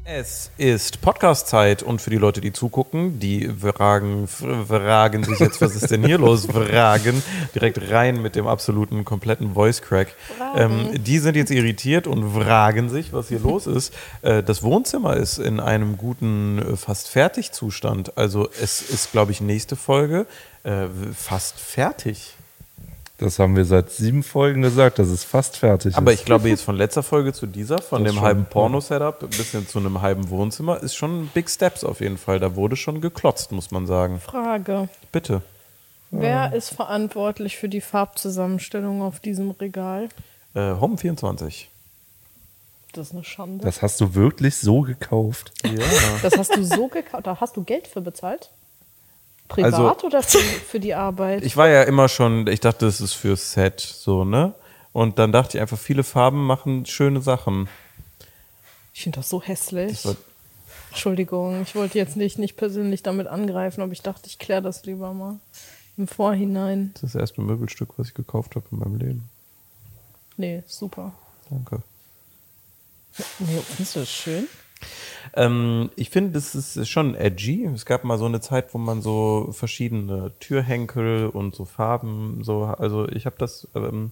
Es ist Podcast-Zeit und für die Leute, die zugucken, die fragen sich jetzt, was ist denn hier los? Fragen direkt rein mit dem absoluten, kompletten Voice-Crack. Die sind jetzt irritiert und fragen sich, was hier los ist. Das Wohnzimmer ist in einem guten, fast fertig Zustand. Also es ist, glaube ich, nächste Folge fast fertig. Das haben wir seit 7 Folgen gesagt, dass es fast fertig ist. Aber ich glaube, jetzt von letzter Folge zu dieser, von Das dem schon, halben Porno-Setup bis hin zu einem halben Wohnzimmer, ist schon Big Steps auf jeden Fall. Da wurde schon geklotzt, muss man sagen. Frage. Bitte. Wer ist verantwortlich für die Farbzusammenstellung auf diesem Regal? Home24. Das ist eine Schande. Das hast du wirklich so gekauft? Ja. Das hast du so gekauft. Da hast du Geld für bezahlt? Privat Also, oder für die Arbeit? Ich war ja immer schon, ich dachte, das ist für Set, so, ne? Und dann dachte ich einfach, viele Farben machen schöne Sachen. Ich finde das so hässlich. Das Entschuldigung, ich wollte jetzt nicht persönlich damit angreifen, aber ich dachte, ich kläre das lieber mal im Vorhinein. ist das erste Möbelstück, was ich gekauft habe in meinem Leben. Nee, super. Danke. Nee, findest du das schön? Ich finde, das ist schon edgy. Es gab mal so eine Zeit, wo man so verschiedene Türhenkel und so Farben, so, also ich habe das in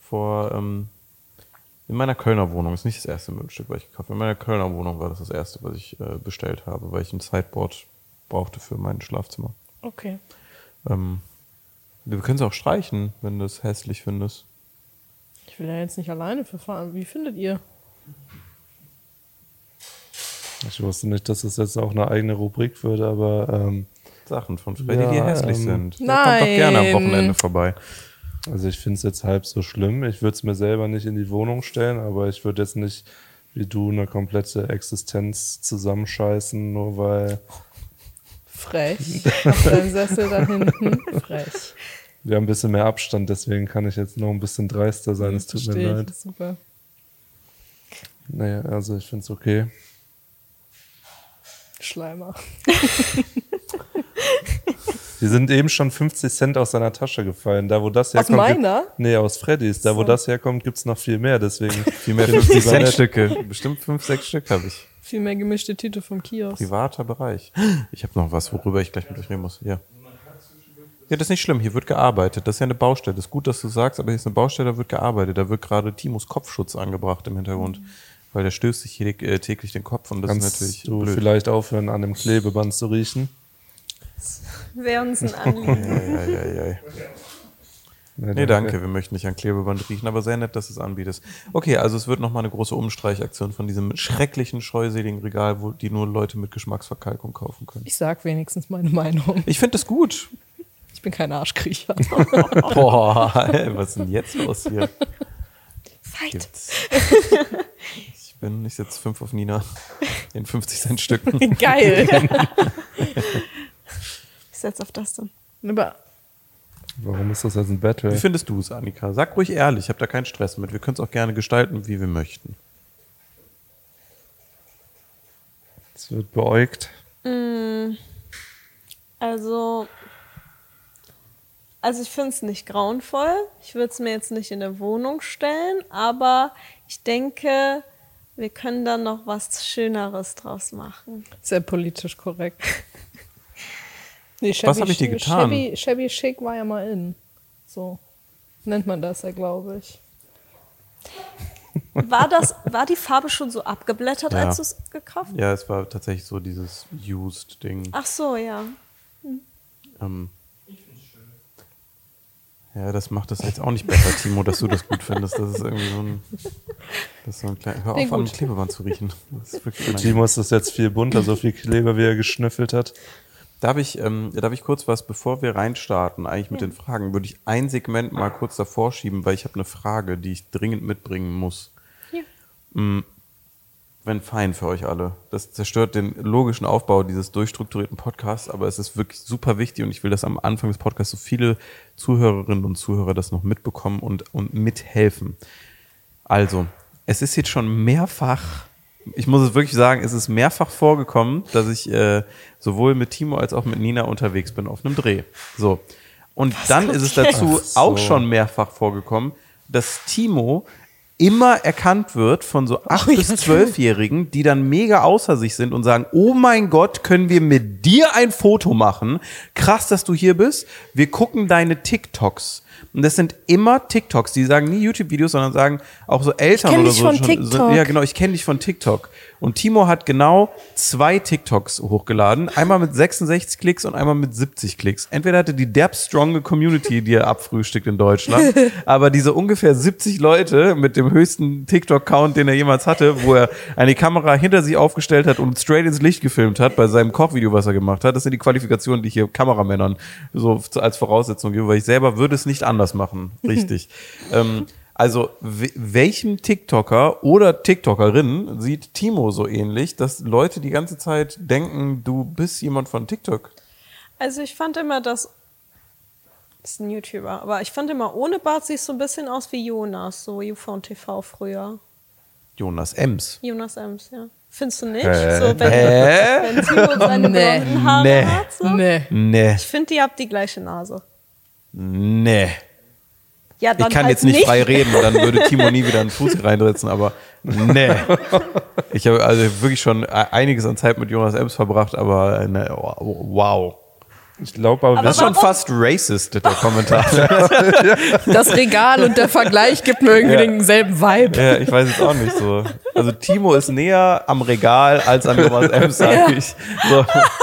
meiner Kölner Wohnung, ist nicht das erste Möbelstück, was ich gekauft habe. In meiner Kölner Wohnung war das erste, was ich bestellt habe, weil ich ein Sideboard brauchte für mein Schlafzimmer. Okay. Wir können es auch streichen, wenn du es hässlich findest. Ich will ja jetzt nicht alleine verfahren. Wie findet ihr? Ich wusste nicht, dass es jetzt auch eine eigene Rubrik wird, aber Sachen von Freddy, Ja, die hässlich sind. Nein. Kommt doch gerne am Wochenende vorbei. also ich finde es jetzt halb so schlimm. Ich würde es mir selber nicht in die Wohnung stellen, aber ich würde jetzt nicht wie du eine komplette Existenz zusammenscheißen, nur weil Frech. Auf deinem Sessel da hinten. Frech. wir haben ein bisschen mehr Abstand, deswegen kann ich jetzt noch ein bisschen dreister sein. Es tut mir Verstehe ich, leid. das ist super. Naja, also ich finde es okay. Schleimer. Die sind eben schon 50 Cent aus seiner Tasche gefallen. Da, wo das Aus herkommt. meiner? Nee, aus Freddys. Da, wo So. das herkommt, gibt es noch viel mehr. Deswegen Viel mehr 50 Cent Stücke. Bestimmt 5, 6 Stück habe ich. Viel mehr gemischte Tüte vom Kiosk. Privater Bereich. Ich habe noch was, worüber ich gleich mit euch reden muss. Ja. Ja, das ist nicht schlimm. Hier wird gearbeitet. Das ist ja eine Baustelle. Das ist gut, dass du sagst, aber hier ist eine Baustelle, da wird gearbeitet. Da wird gerade Timos Kopfschutz angebracht im Hintergrund. Weil der stößt sich hier täglich den Kopf und das ist kannst natürlich du blöd. vielleicht aufhören, an dem Klebeband zu riechen. Wäre uns ein Anliegen. Ei. Nee, danke. Wir möchten nicht an Klebeband riechen, aber sehr nett, dass du es anbietest. Okay, also es wird nochmal eine große Umstreichaktion von diesem schrecklichen, scheuseligen Regal, die nur Leute mit Geschmacksverkalkung kaufen können. Ich sag wenigstens meine Meinung. Ich finde das gut. Ich bin kein Arschkriecher. Boah, was ist denn jetzt los hier? Fight. Gibt's. Ich setze 5 auf Nina in 50 Cent Stücken. Geil. Ich setze auf das dann. Aber Warum ist das jetzt ein Wie Battle? findest du es, Annika? Sag ruhig ehrlich, ich habe da keinen Stress mit. Wir können es auch gerne gestalten, wie wir möchten. Es wird beäugt. Also ich finde es nicht grauenvoll. Ich würde es mir jetzt nicht in der Wohnung stellen, aber ich denke, wir können da noch was Schöneres draus machen. sehr politisch korrekt. Nee, Was hab ich dir getan? Shabby Chic war ja mal in. So nennt man das ja, glaube ich. War die Farbe schon so abgeblättert, Ja. als du es gekauft hast? Ja, es war tatsächlich so dieses Used-Ding. Ach so, ja. Ja, das macht das jetzt auch nicht besser, Timo, dass du das gut findest. Das ist irgendwie so ein kleiner. Hör Nee, auf, an dem gut. Klebeband zu riechen. Das ist wirklich unangenehm. Timo ist das jetzt viel bunter, so viel Kleber, wie er geschnüffelt hat. Darf ich kurz was, bevor wir reinstarten, eigentlich mit den Fragen, würde ich ein Segment mal kurz davor schieben, weil ich habe eine Frage, die ich dringend mitbringen muss. Ja. Wenn fein für euch alle. Das zerstört den logischen Aufbau dieses durchstrukturierten Podcasts, aber es ist wirklich super wichtig und ich will, dass am Anfang des Podcasts so viele Zuhörerinnen und Zuhörer das noch mitbekommen und mithelfen. Also, es ist jetzt schon mehrfach, ich muss es wirklich sagen, es ist mehrfach vorgekommen, dass ich sowohl mit Timo als auch mit Nina unterwegs bin auf einem Dreh. So. Und dann ist es dazu Ach so. auch schon mehrfach vorgekommen, dass Timo immer erkannt wird von so 8- bis 12-Jährigen, die dann mega außer sich sind und sagen, oh mein Gott, können wir mit dir ein Foto machen? Krass, dass du hier bist. Wir gucken deine TikToks. Und das sind immer TikToks. Die sagen nie YouTube-Videos, sondern sagen auch so Eltern oder so. Ich kenne dich von TikTok. Ja, genau, ich kenne dich von TikTok. Und Timo hat genau 2 TikToks hochgeladen. Einmal mit 66 Klicks und einmal mit 70 Klicks. Entweder hatte die derbstronge Community, die er abfrühstückt in Deutschland, aber diese ungefähr 70 Leute mit dem höchsten TikTok-Count, den er jemals hatte, wo er eine Kamera hinter sich aufgestellt hat und straight ins Licht gefilmt hat bei seinem Kochvideo, was er gemacht hat. Das sind die Qualifikationen, die ich hier Kameramännern so als Voraussetzung gebe, weil ich selber würde es nicht anders machen. Richtig. Also, welchem TikToker oder TikTokerin sieht Timo so ähnlich, dass Leute die ganze Zeit denken, du bist jemand von TikTok? Also ich fand immer, das ist ein YouTuber, aber ich fand immer, ohne Bart siehst so ein bisschen aus wie Jonas, so UVTV früher. Jonas Ems. Jonas Ems, ja. Findest du nicht? So, wenn Timo seine blonden Haare hat. So. Nee. Ich finde, ihr habt die gleiche Nase. Nee. Ja, dann Ich kann halt jetzt nicht frei reden, dann würde Timo nie wieder einen Fuß hier reinsetzen, aber nee. Ich habe also wirklich schon einiges an Zeit mit Jonas Ems verbracht, aber ne, wow. Ich glaube aber, Das ist schon fast racist, der Kommentar. Das Regal und der Vergleich gibt mir irgendwie denselben Vibe. Ja, ich weiß jetzt auch nicht so. Also Timo ist näher am Regal als an Jonas Ems, sage ich. So.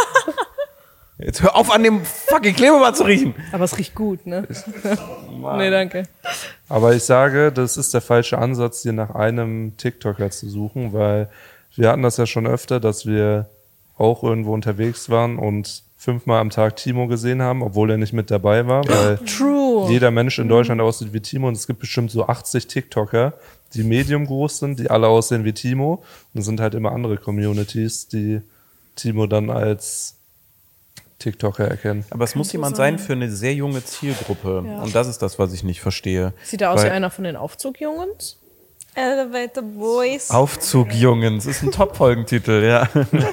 Jetzt hör auf, an dem fucking Klebeband zu riechen. Aber es riecht gut, ne? Nee, danke. aber ich sage, das ist der falsche Ansatz, hier nach einem TikToker zu suchen, weil wir hatten das ja schon öfter, dass wir auch irgendwo unterwegs waren und 5-mal am Tag Timo gesehen haben, obwohl er nicht mit dabei war, weil True. jeder Mensch in Deutschland aussieht wie Timo und es gibt bestimmt so 80 TikToker, die medium groß sind, die alle aussehen wie Timo und es sind halt immer andere Communities, die Timo dann als TikToker erkennen. Aber es muss jemand sein für eine sehr junge Zielgruppe. Ja. Und das ist das, was ich nicht verstehe. Sieht er aus Weil- wie einer von den Aufzugjungens? Elevator Boys. Aufzugjungens ist ein Top-Folgentitel, ja.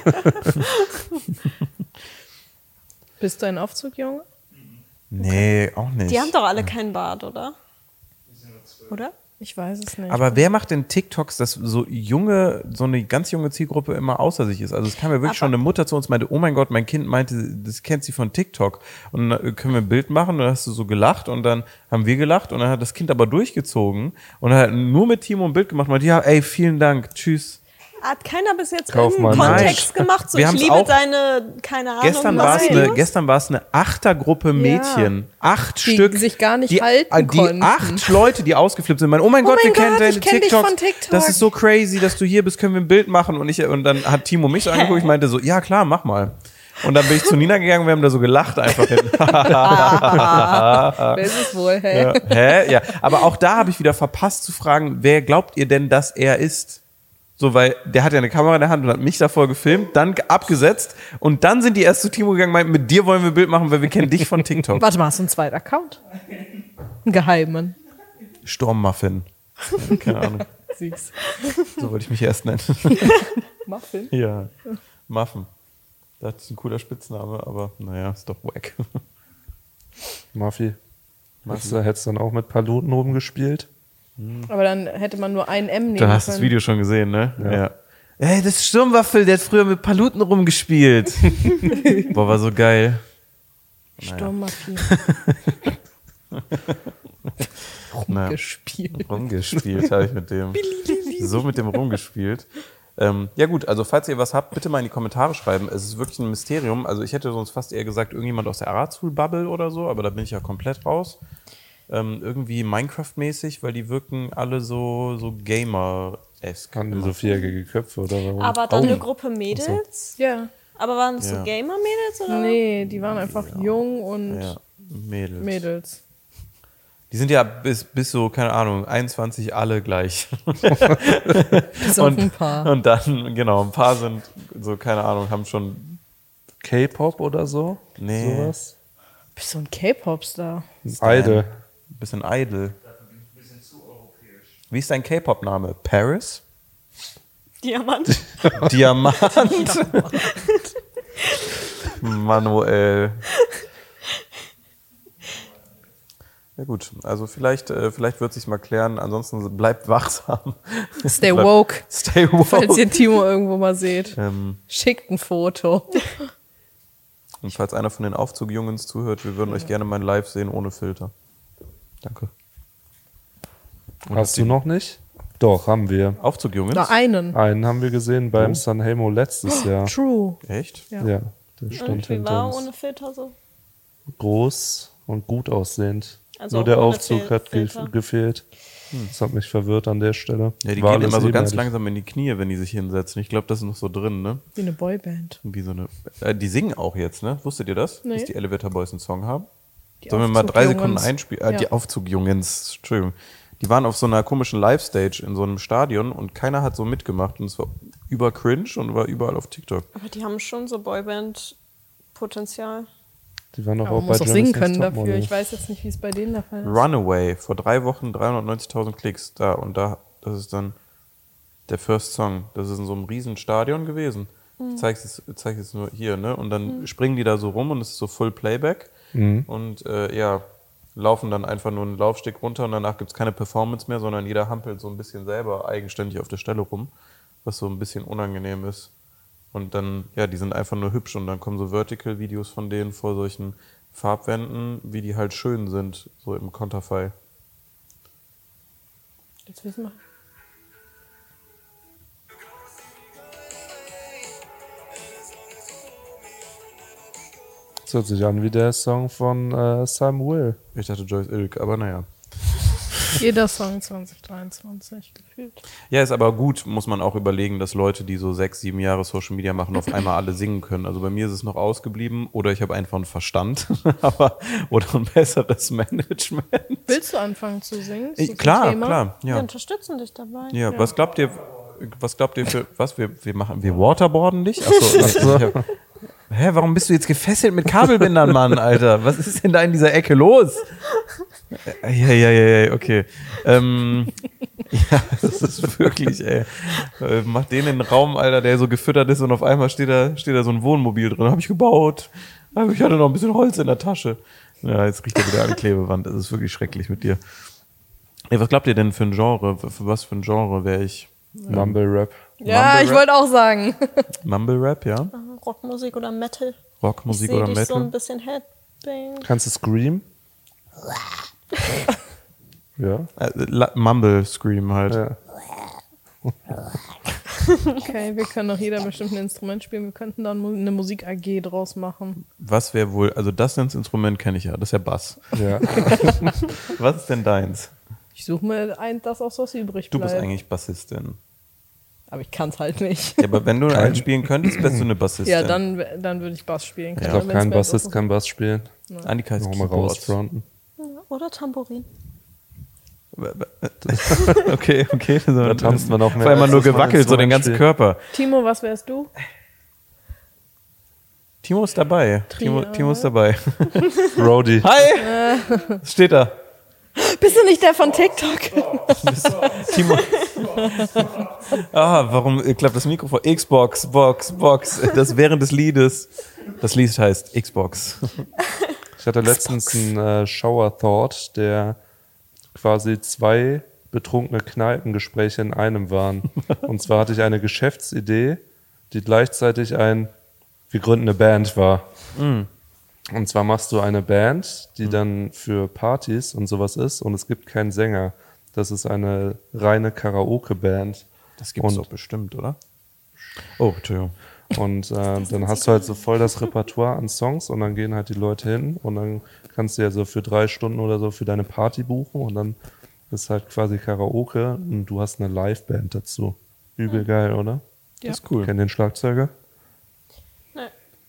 Bist du ein Aufzugjunge? Nee, auch nicht. Die haben doch alle keinen Bart, oder? Oder? Ich weiß es nicht. Aber wer macht denn TikToks, dass so eine ganz junge Zielgruppe immer außer sich ist? Also es kam ja wirklich schon eine Mutter zu uns, meinte, oh mein Gott, mein Kind meinte, das kennt sie von TikTok. Und dann können wir ein Bild machen und dann hast du so gelacht und dann haben wir gelacht und dann hat das Kind aber durchgezogen und hat nur mit Timo ein Bild gemacht und meinte, ja, ey, vielen Dank, tschüss. Hat keiner bis jetzt Kauf irgendeinen mal Kontext gemacht? So, Wir ich haben's liebe auch- deine, keine Ahnung, Gestern war es eine Achtergruppe Mädchen. 8 Die Stück. sich gar nicht die, halten die konnten. 8 Leute, die ausgeflippt sind. Oh mein Gott, wir mein kennen Gott, deine ich kenn dich TikToks. von TikTok. Das ist so crazy, dass du hier bist, können wir ein Bild machen. Und dann hat Timo mich so angeguckt, ich meinte so, ja klar, mach mal. Und dann bin ich zu Nina gegangen, wir haben da so gelacht einfach hin. Wer ist es wohl? Hey? Ja. Hä? Ja. Aber auch da habe ich wieder verpasst zu fragen, wer glaubt ihr denn, dass er ist? So, weil der hat ja eine Kamera in der Hand und hat mich davor gefilmt, dann abgesetzt und dann sind die erst zu Timo gegangen und meinten, mit dir wollen wir ein Bild machen, weil wir kennen dich von TikTok. Warte mal, hast du einen zweiten Account? Einen geheimen. Sturmmuffin. Keine Ahnung. Süß. So wollte ich mich erst nennen. Muffin? Ja. Muffin. Das ist ein cooler Spitzname, aber naja, ist doch wack. Maffi. Hättest du dann auch mit Paluten rumgespielt? Aber dann hätte man nur ein M nehmen Du hast können. das Video schon gesehen, ne? Ja. Ey, das ist Sturmwaffel, der hat früher mit Paluten rumgespielt. Boah, war so geil. Sturmmuffin. Naja. Gespielt. Rumgespielt habe ich mit dem. So mit dem rumgespielt. Ja gut, also falls ihr was habt, bitte mal in die Kommentare schreiben. Es ist wirklich ein Mysterium. Also ich hätte sonst fast eher gesagt, irgendjemand aus der Arazul-Bubble oder so, aber da bin ich ja komplett raus. Irgendwie Minecraft-mäßig, weil die wirken alle so Gamer-esque. Haben die so viereckige Köpfe oder warum? Aber dann eine Augen. Gruppe Mädels? Ja. Aber waren das so Ja. Gamer-Mädels oder? Nee, die waren einfach jung und Ja, Mädels. Mädels. Die sind ja bis so, keine Ahnung, 21 alle gleich. Bis auf ein paar. Und dann, genau, ein paar sind so, keine Ahnung, haben schon, K-Pop oder so? Nee. Sowas? Bist so ein K-Pop-Star. Idol. ein bisschen idle. Wie ist dein K-Pop-Name? Paris? Diamant. Diamant. Manuel. Ja gut, also vielleicht wird sich's mal klären. Ansonsten bleibt wachsam. Stay woke. Stay woke. Falls ihr Timo irgendwo mal seht. Ähm, Schickt ein Foto. und falls einer von den Aufzugjungens zuhört, wir würden euch gerne mal live sehen ohne Filter. Danke. Und Hast du noch nicht? Doch, haben wir. Aufzugjungens? Na, einen. Einen haben wir gesehen beim Sanremo letztes Jahr. True. Echt? Ja. Ja, der Und stand wie hinter war uns. ohne Filter so? Groß und gut aussehend. Also Nur auch der ohne Aufzug hat Filter. gefehlt. Das hat mich verwirrt an der Stelle. Ja, die War gehen alles immer so ganz ebenerdig. langsam in die Knie, wenn die sich hinsetzen. Ich glaube, das ist noch so drin, ne? Wie eine Boyband. Wie so eine. Die singen auch jetzt, ne? Wusstet ihr das? Nee. Dass die Elevator Boys einen Song haben? Die Sollen wir mal 3 Sekunden Aufzugjungens. einspielen? Die Aufzugjungens, Entschuldigung. Die waren auf so einer komischen Live-Stage in so einem Stadion und keiner hat so mitgemacht. Und es war über cringe und war überall auf TikTok. Aber die haben schon so Boyband-Potenzial. Die waren doch Aber auch man bei muss auch Germany's singen können Next dafür. Topmodel. Ich weiß jetzt nicht, wie es bei denen der Fall ist. Runaway, vor 3 Wochen 390.000 Klicks. Da und da, das ist dann der First Song. Das ist in so einem riesen Stadion gewesen. Ich zeig's jetzt nur hier, ne? Und dann springen die da so rum und es ist so Full Playback. Und laufen dann einfach nur einen Laufsteg runter und danach gibt's keine Performance mehr, sondern jeder hampelt so ein bisschen selber eigenständig auf der Stelle rum, was so ein bisschen unangenehm ist. Und dann, ja, die sind einfach nur hübsch und dann kommen so Vertical-Videos von denen vor solchen Farbwänden, wie die halt schön sind, so im Konterfei. Jetzt wissen wir. Das hört sich an wie der Song von Sam Will. Ich dachte Joyce Ilk, aber naja. Jeder Song 2023 gefühlt. Ja, ist aber gut, muss man auch überlegen, dass Leute, die so 6, 7 Jahre Social Media machen, auf einmal alle singen können. Also bei mir ist es noch ausgeblieben oder ich habe einfach einen Verstand oder ein besseres Management. Willst du anfangen zu singen? Ist das ein Klar, Thema? klar. Wir Ja. unterstützen dich dabei. Ja, was glaubt ihr für was wir machen? Wir waterboarden dich? Achso. Hä, warum bist du jetzt gefesselt mit Kabelbindern, Mann, Alter? Was ist denn da in dieser Ecke los? Ja, okay. Ja, das ist wirklich, ey. Mach den in den Raum, Alter, der so gefüttert ist und auf einmal steht da so ein Wohnmobil drin. Habe ich gebaut. Aber ich hatte noch ein bisschen Holz in der Tasche. Ja, jetzt riecht er wieder an Klebeband. Das ist wirklich schrecklich mit dir. Ey, was glaubt ihr denn für ein Genre? Für was für ein Genre wäre ich? Mumble Rap. Ja, ich wollte auch sagen. Mumble Rap, ja? Rockmusik oder Metal. Rockmusik ich oder dich so Metal? ein bisschen Headbang. Kannst du Scream? Ja. Mumble Scream halt. Ja. Okay, wir können doch jeder bestimmt ein Instrument spielen. Wir könnten dann eine Musik-AG draus machen. Was wäre wohl, also das Instrument kenne ich ja, das ist ja Bass. Ja. Was ist denn deins? Ich suche mir das aus, was übrig Du bleibt. bist eigentlich Bassistin. Aber ich kann es halt nicht. Ja, aber wenn du einen spielen könntest, wärst du eine Bassistin. Ja, dann würde ich Bass spielen Ich können. glaube, Wenn's kein Band Bassist ist. kann Bass spielen. Annika ist Nochmal Keyboards. rausfronten. Oder Tambourin. Okay. Da tanzt man auch mehr. Vor allem als nur dass man gewackelt, so den ganzen Instrument Körper. Timo, was wärst du? Timo ist dabei. Trial. Timo ist dabei. spielt. Roadie. Hi! Steht da. Bist du nicht der von TikTok? Timo. Warum klappt das Mikrofon? Xbox, Box. Das während des Liedes. Das Lied heißt Xbox. Ich hatte letztens einen Shower Thought, der quasi 2 betrunkene Kneipengespräche in einem waren. Und zwar hatte ich eine Geschäftsidee, die gleichzeitig wir gründen eine Band war. Und zwar machst du eine Band, die dann für Partys und sowas ist und es gibt keinen Sänger. Das ist eine reine Karaoke-Band. Das gibt's Und- doch bestimmt, oder? Oh, Entschuldigung. Und dann hast du halt so voll das Repertoire an Songs und dann gehen halt die Leute hin und dann kannst du ja so für 3 Stunden oder so für deine Party buchen und dann ist halt quasi Karaoke und du hast eine Liveband dazu. Übel geil, oder? Das ist cool. Kennt den Schlagzeuger? Ne,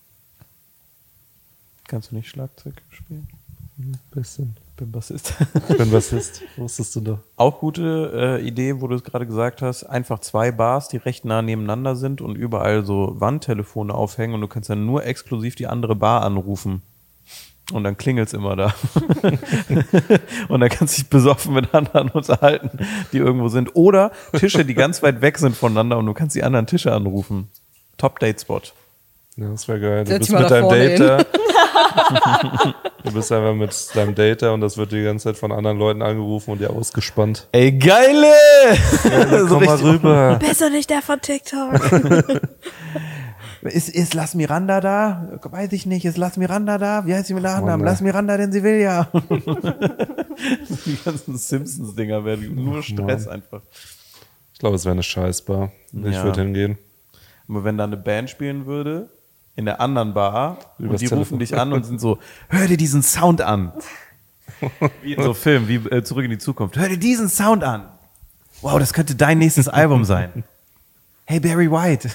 Kannst du nicht Schlagzeug spielen? Bisschen. Ich bin Bassist. Ich bin Bassist. Wusstest du doch. Auch gute Idee, wo du es gerade gesagt hast, einfach 2 Bars, die recht nah nebeneinander sind und überall so Wandtelefone aufhängen und du kannst dann nur exklusiv die andere Bar anrufen. Und dann klingelt's immer da. Und dann kannst du dich besoffen mit anderen unterhalten, die irgendwo sind. Oder Tische, die ganz weit weg sind voneinander und du kannst die anderen Tische anrufen. Top-Date-Spot. Ja, das wäre geil. Du Setz bist dich mal mit da deinem vorne Date da. Du bist einfach mit deinem Date da und das wird die ganze Zeit von anderen Leuten angerufen und dir ausgespannt. Ey, geile! So Komm mal richtig- rüber. Besser nicht der von TikTok. Ist Las Miranda da? Weiß ich nicht. Ist Las Miranda da? Wie heißt sie mit Nachnamen? Mann, Las Miranda denn Sevilla. Die ganzen Simpsons-Dinger werden nur Stress einfach. Ich glaube, es wäre eine Scheißbar. Ich Ja. würde hingehen. Aber wenn da eine Band spielen würde, in der anderen Bar, und Übers die Telefon. rufen dich an und sind so, hör dir diesen Sound an. Wie in so Filmen, wie Zurück in die Zukunft. Hör dir diesen Sound an. Wow, das könnte dein nächstes Album sein. Hey, Barry White.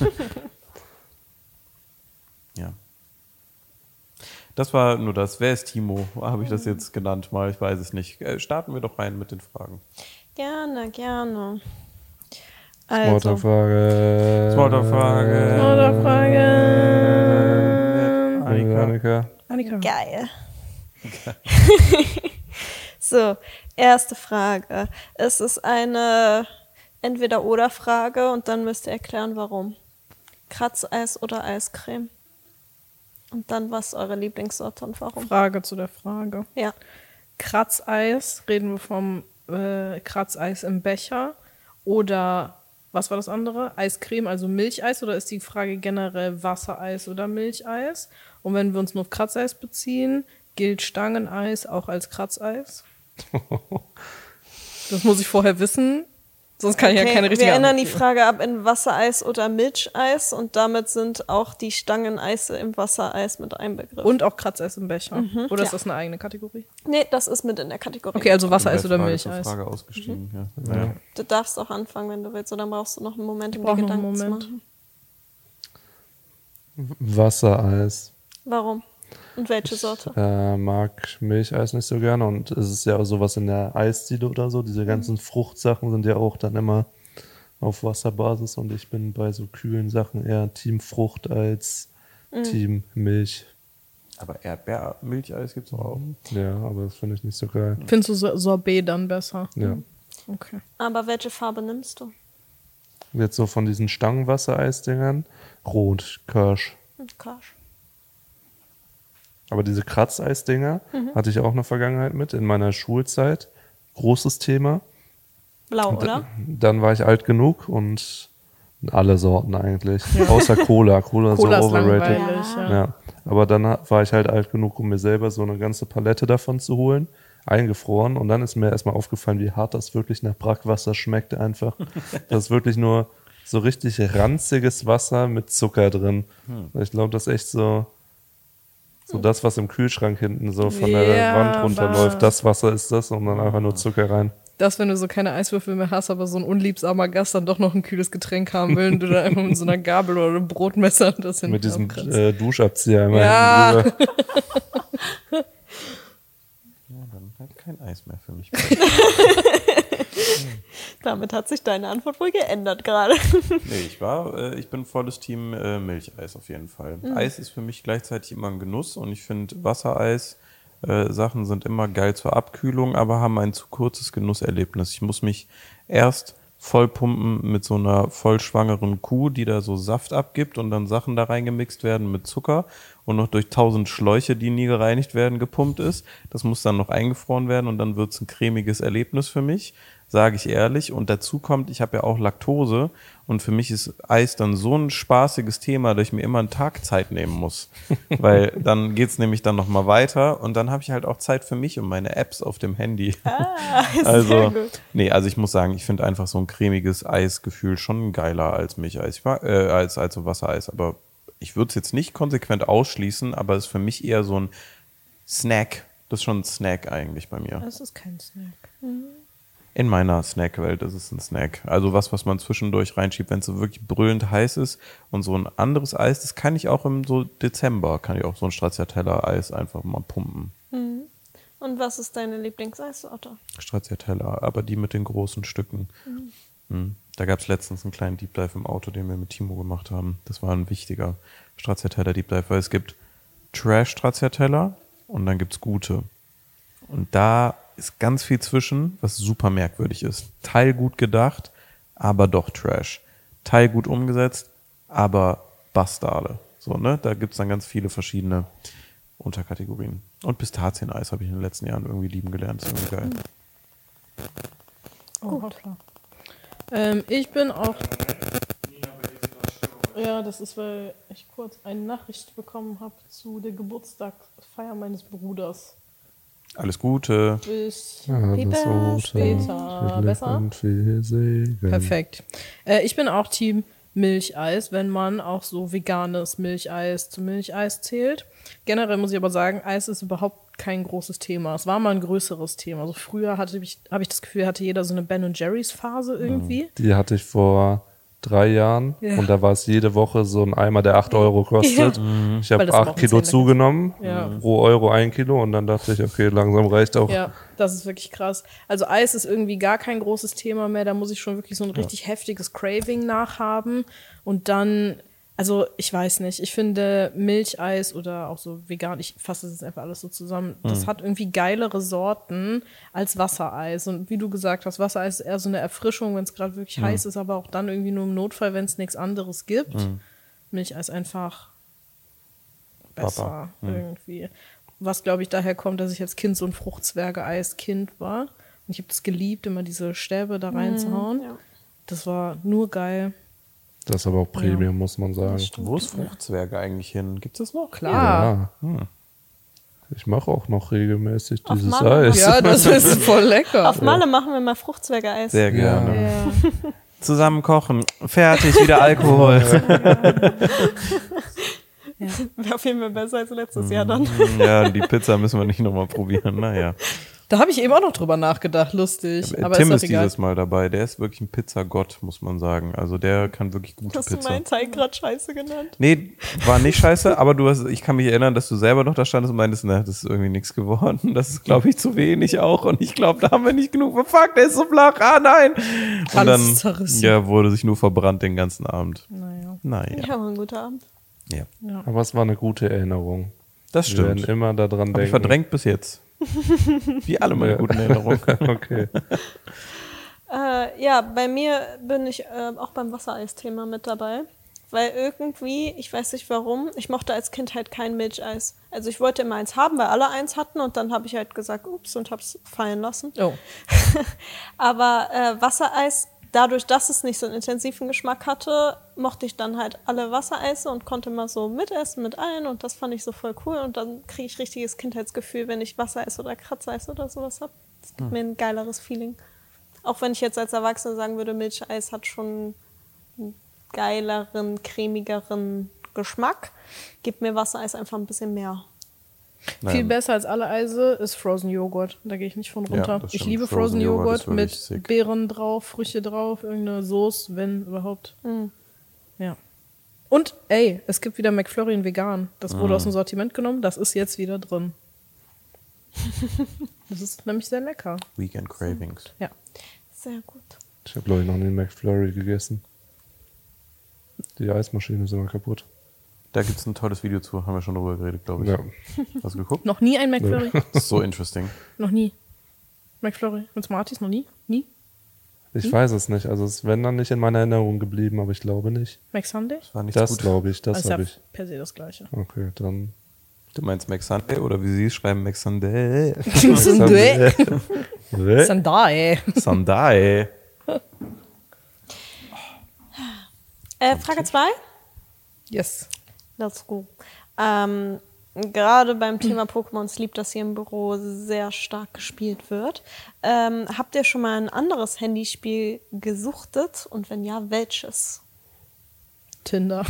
Ja. Das war nur das. Wer ist Timo? Habe ich das jetzt genannt mal? Ich weiß es nicht. Starten wir doch rein mit den Fragen. Gerne, gerne. Smalltalk-Frage. Smalltalk-Frage. Frage. Annika. Annika. Geil. So, erste Frage. Es ist eine Entweder-Oder-Frage und dann müsst ihr erklären, warum. Kratzeis oder Eiscreme? Und dann, was ist eure Lieblingssorte und warum? Frage zu der Frage. Ja. Kratzeis, reden wir vom Kratzeis im Becher oder was war das andere? Eiscreme, also Milcheis, oder ist die Frage generell Wassereis oder Milcheis? Und wenn wir uns nur auf Kratzeis beziehen, gilt Stangeneis auch als Kratzeis? Das muss ich vorher wissen, sonst kann ich ja keine richtige wir ändern die Antwort Frage ab in Wassereis oder Milcheis und damit sind auch die Stangeneise im Wassereis mit einbegriffen. geben. Und auch Kratzeis im Becher. Oder ist ja. das eine eigene Kategorie? Nee, das ist mit in der Kategorie. Okay, also Wassereis Bei oder Frage zur Milcheis. Frage ausgestiegen. Ja. Ja. Du darfst auch anfangen, wenn du willst, oder brauchst du noch einen Moment, um brauch dir noch einen Gedanken zu Moment. machen? Wassereis. Warum? Und welche Sorte? Mag Milcheis nicht so gerne und es ist ja auch sowas in der Eisdiele oder so. Diese ganzen Fruchtsachen sind ja auch dann immer auf Wasserbasis und ich bin bei so kühlen Sachen eher Team Frucht als Team Milch. Aber Erdbeermilcheis gibt es auch. Ja, aber das finde ich nicht so geil. Findest du Sorbet dann besser? Ja. Okay. Aber welche Farbe nimmst du? Jetzt so von diesen Stangenwassereisdingern, Rot, Kirsch. Kirsch. Aber diese Kratzeisdinger hatte ich auch eine Vergangenheit mit in meiner Schulzeit. Großes Thema. Blau, Und oder? dann war ich alt genug und alle Sorten eigentlich. Außer Cola. Cola ist so Cola ist overrated. langweilig, ja. Ja. Aber dann war ich halt alt genug, um mir selber so eine ganze Palette davon zu holen. Eingefroren. Und dann ist mir erstmal aufgefallen, wie hart das wirklich nach Brackwasser schmeckt einfach. Das ist wirklich nur so richtig ranziges Wasser mit Zucker drin. Ich glaube, das ist echt so das, was im Kühlschrank hinten so von der Ja, Wand runterläuft. aber- Das Wasser ist das und dann einfach nur Zucker rein. Das, wenn du so keine Eiswürfel mehr hast, aber so ein unliebsamer Gast dann doch noch ein kühles Getränk haben will und du dann einfach mit so einer Gabel oder einem Brotmesser das hinten Mit diesem abkratzt. Duschabzieher immer Ja. hinten drüber. Ja, dann halt kein Eis mehr für mich. Damit hat sich deine Antwort wohl geändert gerade. Nee, ich bin volles Team Milcheis auf jeden Fall. Eis ist für mich gleichzeitig immer ein Genuss und ich finde Wassereis Sachen sind immer geil zur Abkühlung, aber haben ein zu kurzes Genusserlebnis. Ich muss mich erst vollpumpen mit so einer vollschwangeren Kuh, die da so Saft abgibt und dann Sachen da reingemixt werden mit Zucker und noch durch 1000 Schläuche, die nie gereinigt werden, gepumpt ist. Das muss dann noch eingefroren werden und dann wird es ein cremiges Erlebnis für mich, sage ich ehrlich. Und dazu kommt, ich habe ja auch Laktose und für mich ist Eis dann so ein spaßiges Thema, dass ich mir immer einen Tag Zeit nehmen muss. Weil dann geht's nämlich dann nochmal weiter und dann habe ich halt auch Zeit für mich und meine Apps auf dem Handy. Sehr gut. Nee, also ich muss sagen, ich finde einfach so ein cremiges Eisgefühl schon geiler als Milcheis, als so Wassereis. Aber ich würde es jetzt nicht konsequent ausschließen, aber es ist für mich eher so ein Snack. Das ist schon ein Snack eigentlich bei mir. Das ist kein Snack. In meiner Snackwelt ist es ein Snack. Also was man zwischendurch reinschiebt, wenn es so wirklich brüllend heiß ist. Und so ein anderes Eis, das kann ich auch im so Dezember, kann ich auch so ein Stracciatella-Eis einfach mal pumpen. Und was ist deine Lieblingseissorte? Stracciatella, aber die mit den großen Stücken. Da gab es letztens einen kleinen Deep Dive im Auto, den wir mit Timo gemacht haben. Das war ein wichtiger Stracciatella Deep Dive, weil es gibt Trash-Stracciatella und dann gibt's gute. Und da ist ganz viel zwischen, was super merkwürdig ist. Teil gut gedacht, aber doch Trash. Teil gut umgesetzt, aber Bastarde. So, ne? Da gibt's dann ganz viele verschiedene Unterkategorien. Und Pistazieneis habe ich in den letzten Jahren irgendwie lieben gelernt. Das ist irgendwie geil. Oh, hoppla. Ich bin auch. Ja, das ist, weil ich kurz eine Nachricht bekommen habe zu der Geburtstagsfeier meines Bruders. Alles Gute. Bis Alles später. Besser? und viel Segen. Perfekt. Ich bin auch Team Milcheis, wenn man auch so veganes Milcheis zu Milcheis zählt. Generell muss ich aber sagen, Eis ist überhaupt kein großes Thema. Es war mal ein größeres Thema. Also früher habe ich das Gefühl, hatte jeder so eine Ben & Jerry's Phase irgendwie. Die hatte ich vor 3 Jahren Ja. und da war es jede Woche so ein Eimer, der 8 Euro kostet. Ich Weil habe das aber auch 8 ein Kilo Zehner zugenommen, Ja. pro Euro 1 Kilo und dann dachte ich, okay, langsam reicht auch. Ja, das ist wirklich krass. Also Eis ist irgendwie gar kein großes Thema mehr. Da muss ich schon wirklich so ein richtig heftiges Craving nachhaben. Und dann, also ich weiß nicht, ich finde Milcheis oder auch so vegan, ich fasse das jetzt einfach alles so zusammen, das hat irgendwie geilere Sorten als Wassereis. Und wie du gesagt hast, Wassereis ist eher so eine Erfrischung, wenn es gerade wirklich heiß ist, aber auch dann irgendwie nur im Notfall, wenn es nichts anderes gibt. Milcheis einfach besser irgendwie. Was, glaube ich, daher kommt, dass ich als Kind so ein Fruchtzwerge-Eis-Kind war. Und ich habe das geliebt, immer diese Stäbe da reinzuhauen. Ja. Das war nur geil. Das ist aber auch Premium, muss man sagen. Wo ist Fruchtzwerge eigentlich hin? Gibt es das noch? Klar. Ja. Ich mache auch noch regelmäßig Auf dieses Malle. Eis. Ja, das ist voll lecker. Auf Malle machen wir mal Fruchtzwerge-Eis. Sehr gerne. Ja. Zusammen kochen. Fertig, wieder Alkohol. Wäre auf jeden Fall besser als letztes Jahr dann. Ja, die Pizza müssen wir nicht nochmal probieren. Naja. Da habe ich eben auch noch drüber nachgedacht, lustig. Aber Tim ist ist doch egal. dieses Mal dabei. Der ist wirklich ein Pizzagott, muss man sagen. Also der kann wirklich gute Hast du Pizza. meinen Teig gerade scheiße genannt? Nee, war nicht scheiße, aber ich kann mich erinnern, dass du selber noch da standest und meintest, ne, das ist irgendwie nichts geworden. Das ist, glaube ich, zu wenig auch. Und ich glaube, da haben wir nicht genug. Fuck, der ist so flach. Ah, nein. Und Alles dann zerrissen. wurde sich nur verbrannt den ganzen Abend. Naja. Naja. Ja, war ein guter Abend. Ja. Aber es war eine gute Erinnerung. Das Wir werden stimmt. immer daran Hab ich denken. verdrängt bis jetzt. Wie alle meine Ja. guten Erinnerungen. Okay. Ja, bei mir bin ich auch beim Wassereis-Thema mit dabei. Weil irgendwie, ich weiß nicht warum, ich mochte als Kind halt kein Milcheis. Also ich wollte immer eins haben, weil alle eins hatten und dann habe ich halt gesagt, ups, und hab's fallen lassen. Oh. Aber Wassereis, dadurch, dass es nicht so einen intensiven Geschmack hatte, mochte ich dann halt alle Wassereise und konnte mal so mitessen mit allen und das fand ich so voll cool und dann kriege ich richtiges Kindheitsgefühl, wenn ich Wassereis oder Kratzeis oder sowas habe. Das gibt mir ein geileres Feeling. Auch wenn ich jetzt als Erwachsene sagen würde, Milcheis hat schon einen geileren, cremigeren Geschmack, gibt mir Wassereis einfach ein bisschen mehr. Viel besser als alle Eise ist Frozen Joghurt. Da gehe ich nicht von runter. das Ich stimmt. liebe Frozen Frozen Joghurt ist Joghurt wirklich mit sick. Beeren drauf, Früchte drauf, irgendeine Soße, wenn überhaupt. Ja. Und ey, es gibt wieder McFlurry in vegan. Das wurde aus dem Sortiment genommen, das ist jetzt wieder drin. Das ist nämlich sehr lecker. Weekend Cravings. Ja. Sehr gut. Ich habe, glaube ich, noch nie einen McFlurry gegessen. Die Eismaschine ist immer kaputt. Da gibt es ein tolles Video zu, haben wir schon drüber geredet, glaube ich. Ja. Hast du geguckt? Noch nie ein McFlurry? Das ist so interesting. Noch nie. McFlurry mit Smarties noch nie? Nie? Ich weiß es nicht. Also es wäre dann nicht in meiner Erinnerung geblieben, aber ich glaube nicht. McSunday? War nicht Das gut. glaube ich, das Also habe ja ich. per se das Gleiche. Okay, dann. Du meinst McSunday oder wie sie es schreiben, McSunday? Sundae. Hä? Sundae. Sunday. Frage 2. Yes. Let's go. Gerade beim Thema Pokémon Sleep, das hier im Büro sehr stark gespielt wird. Habt ihr schon mal ein anderes Handyspiel gesuchtet? Und wenn ja, welches? Tinder.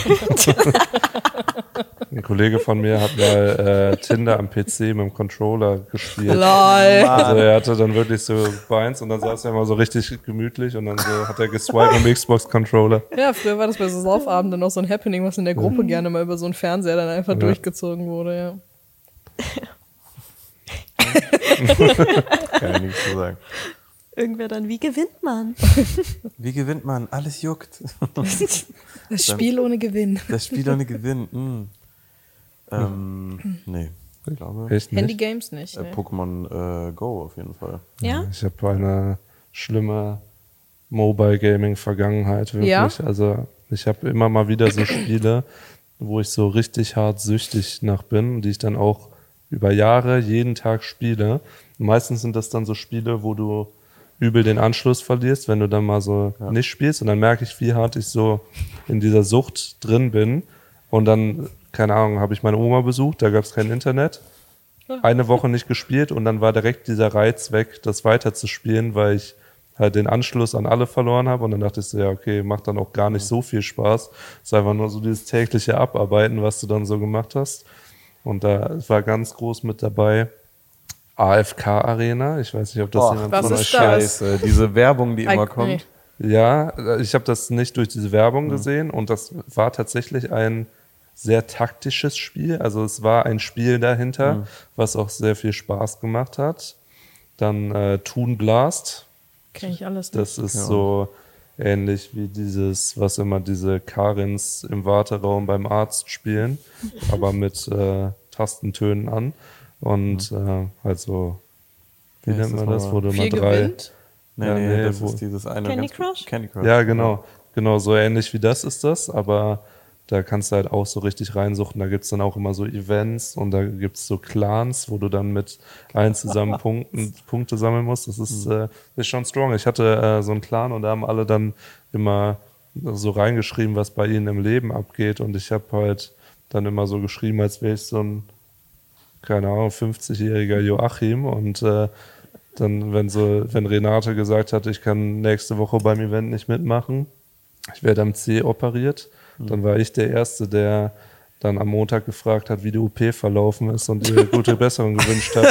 Ein Kollege von mir hat mal Tinder am PC mit dem Controller gespielt. Lol. Also er hatte dann wirklich so Beins und dann saß er mal so richtig gemütlich und dann so hat er geswiped am Xbox-Controller. Ja, früher war das bei so Saufabenden noch so ein Happening, was in der Gruppe gerne mal über so einen Fernseher dann einfach durchgezogen wurde, ja. Kann ich nichts zu sagen. Irgendwer dann, wie gewinnt man? Wie gewinnt man? Alles juckt. Das Spiel ohne Gewinn. Das Spiel ohne Gewinn. Nee, ich glaube. Echt nicht? Handygames nicht. Nee. Pokémon Go auf jeden Fall. Ja? Ich habe eine schlimme Mobile Gaming Vergangenheit, wirklich. Ja? Also ich habe immer mal wieder so Spiele, wo ich so richtig hart süchtig nach bin, die ich dann auch über Jahre jeden Tag spiele. Und meistens sind das dann so Spiele, wo du übel den Anschluss verlierst, wenn du dann mal so nicht spielst. Und dann merke ich, wie hart ich so in dieser Sucht drin bin. Und dann, keine Ahnung, habe ich meine Oma besucht, da gab es kein Internet. Eine Woche nicht gespielt und dann war direkt dieser Reiz weg, das weiterzuspielen, weil ich halt den Anschluss an alle verloren habe. Und dann dachte ich so, ja, okay, macht dann auch gar nicht so viel Spaß. Es ist einfach nur so dieses tägliche Abarbeiten, was du dann so gemacht hast. Und da war ganz groß mit dabei AFK Arena. Ich weiß nicht, ob das jemand was von ist euch das? kennt. Scheiße, diese Werbung, die immer kommt. Ja, ich habe das nicht durch diese Werbung gesehen und das war tatsächlich ein sehr taktisches Spiel. Also es war ein Spiel dahinter, was auch sehr viel Spaß gemacht hat. Dann Toon Blast. Kenn ich alles nicht. Das ist so ähnlich wie dieses, was immer diese Karins im Warteraum beim Arzt spielen, aber mit Tastentönen an. Und halt so, wie nennt man das, wo du mal 4 drei... gewinnt? Nee, das ist dieses eine. Candy Crush? Candy Crush. Ja, genau, so ähnlich wie das ist das, aber da kannst du halt auch so richtig reinsuchten. Da gibt's dann auch immer so Events und da gibt's so Clans, wo du dann mit allen zusammen Punkte sammeln musst. Das ist schon strong. Ich hatte so einen Clan und da haben alle dann immer so reingeschrieben, was bei ihnen im Leben abgeht. Und ich habe halt dann immer so geschrieben, als wäre ich so ein, keine Ahnung, 50-jähriger Joachim. Und dann, wenn Renate gesagt hat, ich kann nächste Woche beim Event nicht mitmachen, ich werde am C operiert, dann war ich der Erste, der dann am Montag gefragt hat, wie die OP verlaufen ist und ihr gute Besserung gewünscht hat.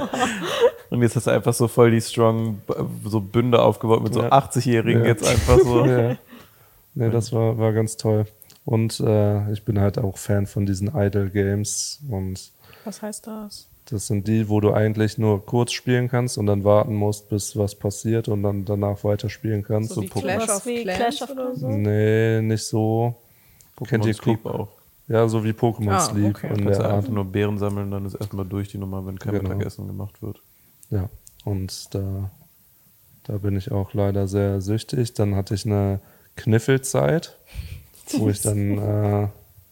Und jetzt hast du einfach so voll die strong so Bünde aufgebaut mit so 80-Jährigen jetzt einfach so. Ja. Nee, das war ganz toll. Und ich bin halt auch Fan von diesen Idle-Games und Was heißt das? das sind die, wo du eigentlich nur kurz spielen kannst und dann warten musst, bis was passiert und dann danach weiterspielen kannst. So wie Pokémon- Clash Was of wie Clans Clash of oder so? Nee, nicht so. Kennt ihr Sleep auch. Ja, so wie Pokémon Sleep. okay. In Kannst der du Art. einfach nur Beeren sammeln, dann ist erstmal durch die Nummer, wenn kein Genau. Mittagessen gemacht wird. Ja, und da bin ich auch leider sehr süchtig. Dann hatte ich eine Kniffelzeit, wo ich dann,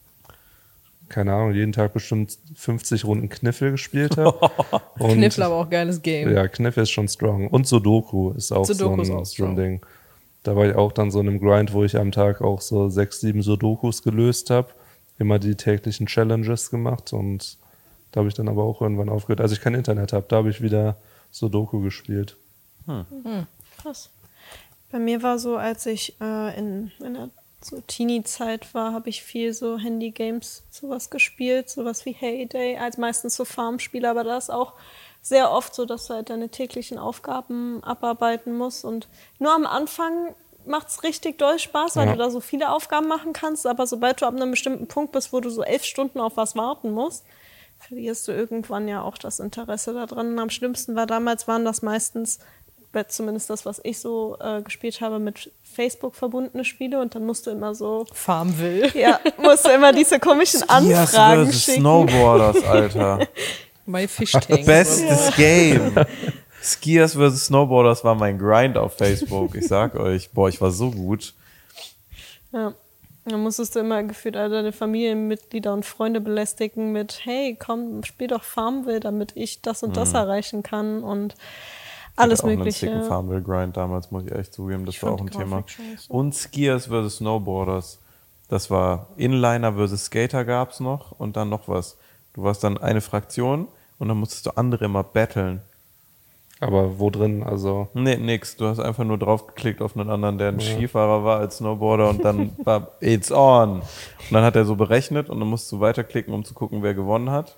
keine Ahnung, jeden Tag bestimmt 50 Runden Kniffel gespielt habe. Kniffel aber auch geiles Game. Ja, Kniffel ist schon strong. Und Sudoku ist auch Sudoku ist auch so ein strong. Ding. Da war ich auch dann so in einem Grind, wo ich am Tag auch so 6, 7 Sudokus gelöst habe. Immer die täglichen Challenges gemacht und da habe ich dann aber auch irgendwann aufgehört. Als ich kein Internet habe, da habe ich wieder Sudoku gespielt. Krass. Bei mir war so, als ich in der so Teenie-Zeit war, habe ich viel so Handy-Games sowas gespielt, sowas wie Heyday, als meistens so Farmspiele, aber da ist auch sehr oft so, dass du halt deine täglichen Aufgaben abarbeiten musst und nur am Anfang macht es richtig doll Spaß, weil du da so viele Aufgaben machen kannst, aber sobald du ab einem bestimmten Punkt bist, wo du so 11 Stunden auf was warten musst, verlierst du irgendwann ja auch das Interesse daran. Und am schlimmsten waren das meistens, zumindest das, was ich so gespielt habe, mit Facebook verbundene Spiele und dann musst du immer so, Farmville. ja, musst du immer diese komischen Anfragen versus schicken. Snowboarders, Alter. My Fish Tank. Bestes Game. Skiers vs. Snowboarders war mein Grind auf Facebook. Ich sag euch, boah, ich war so gut. Ja. Dann musstest du immer gefühlt alle deine Familienmitglieder und Freunde belästigen mit, hey, komm, spiel doch Farmville, damit ich das und das erreichen kann und alles Ich hatte auch Mögliche. einen sicken Farmville Grind damals, muss ich echt zugeben. Das war auch ein fand die Thema. Grafik scheiße. Und Skiers vs. Snowboarders. Das war Inliner vs. Skater gab's noch und dann noch was. Du warst dann eine Fraktion und dann musstest du andere immer battlen. Aber wo drin? Also Nee, nix. Du hast einfach nur draufgeklickt auf einen anderen, der ein Skifahrer war als Snowboarder und dann war it's on. Und dann hat er so berechnet und dann musst du weiterklicken, um zu gucken, wer gewonnen hat.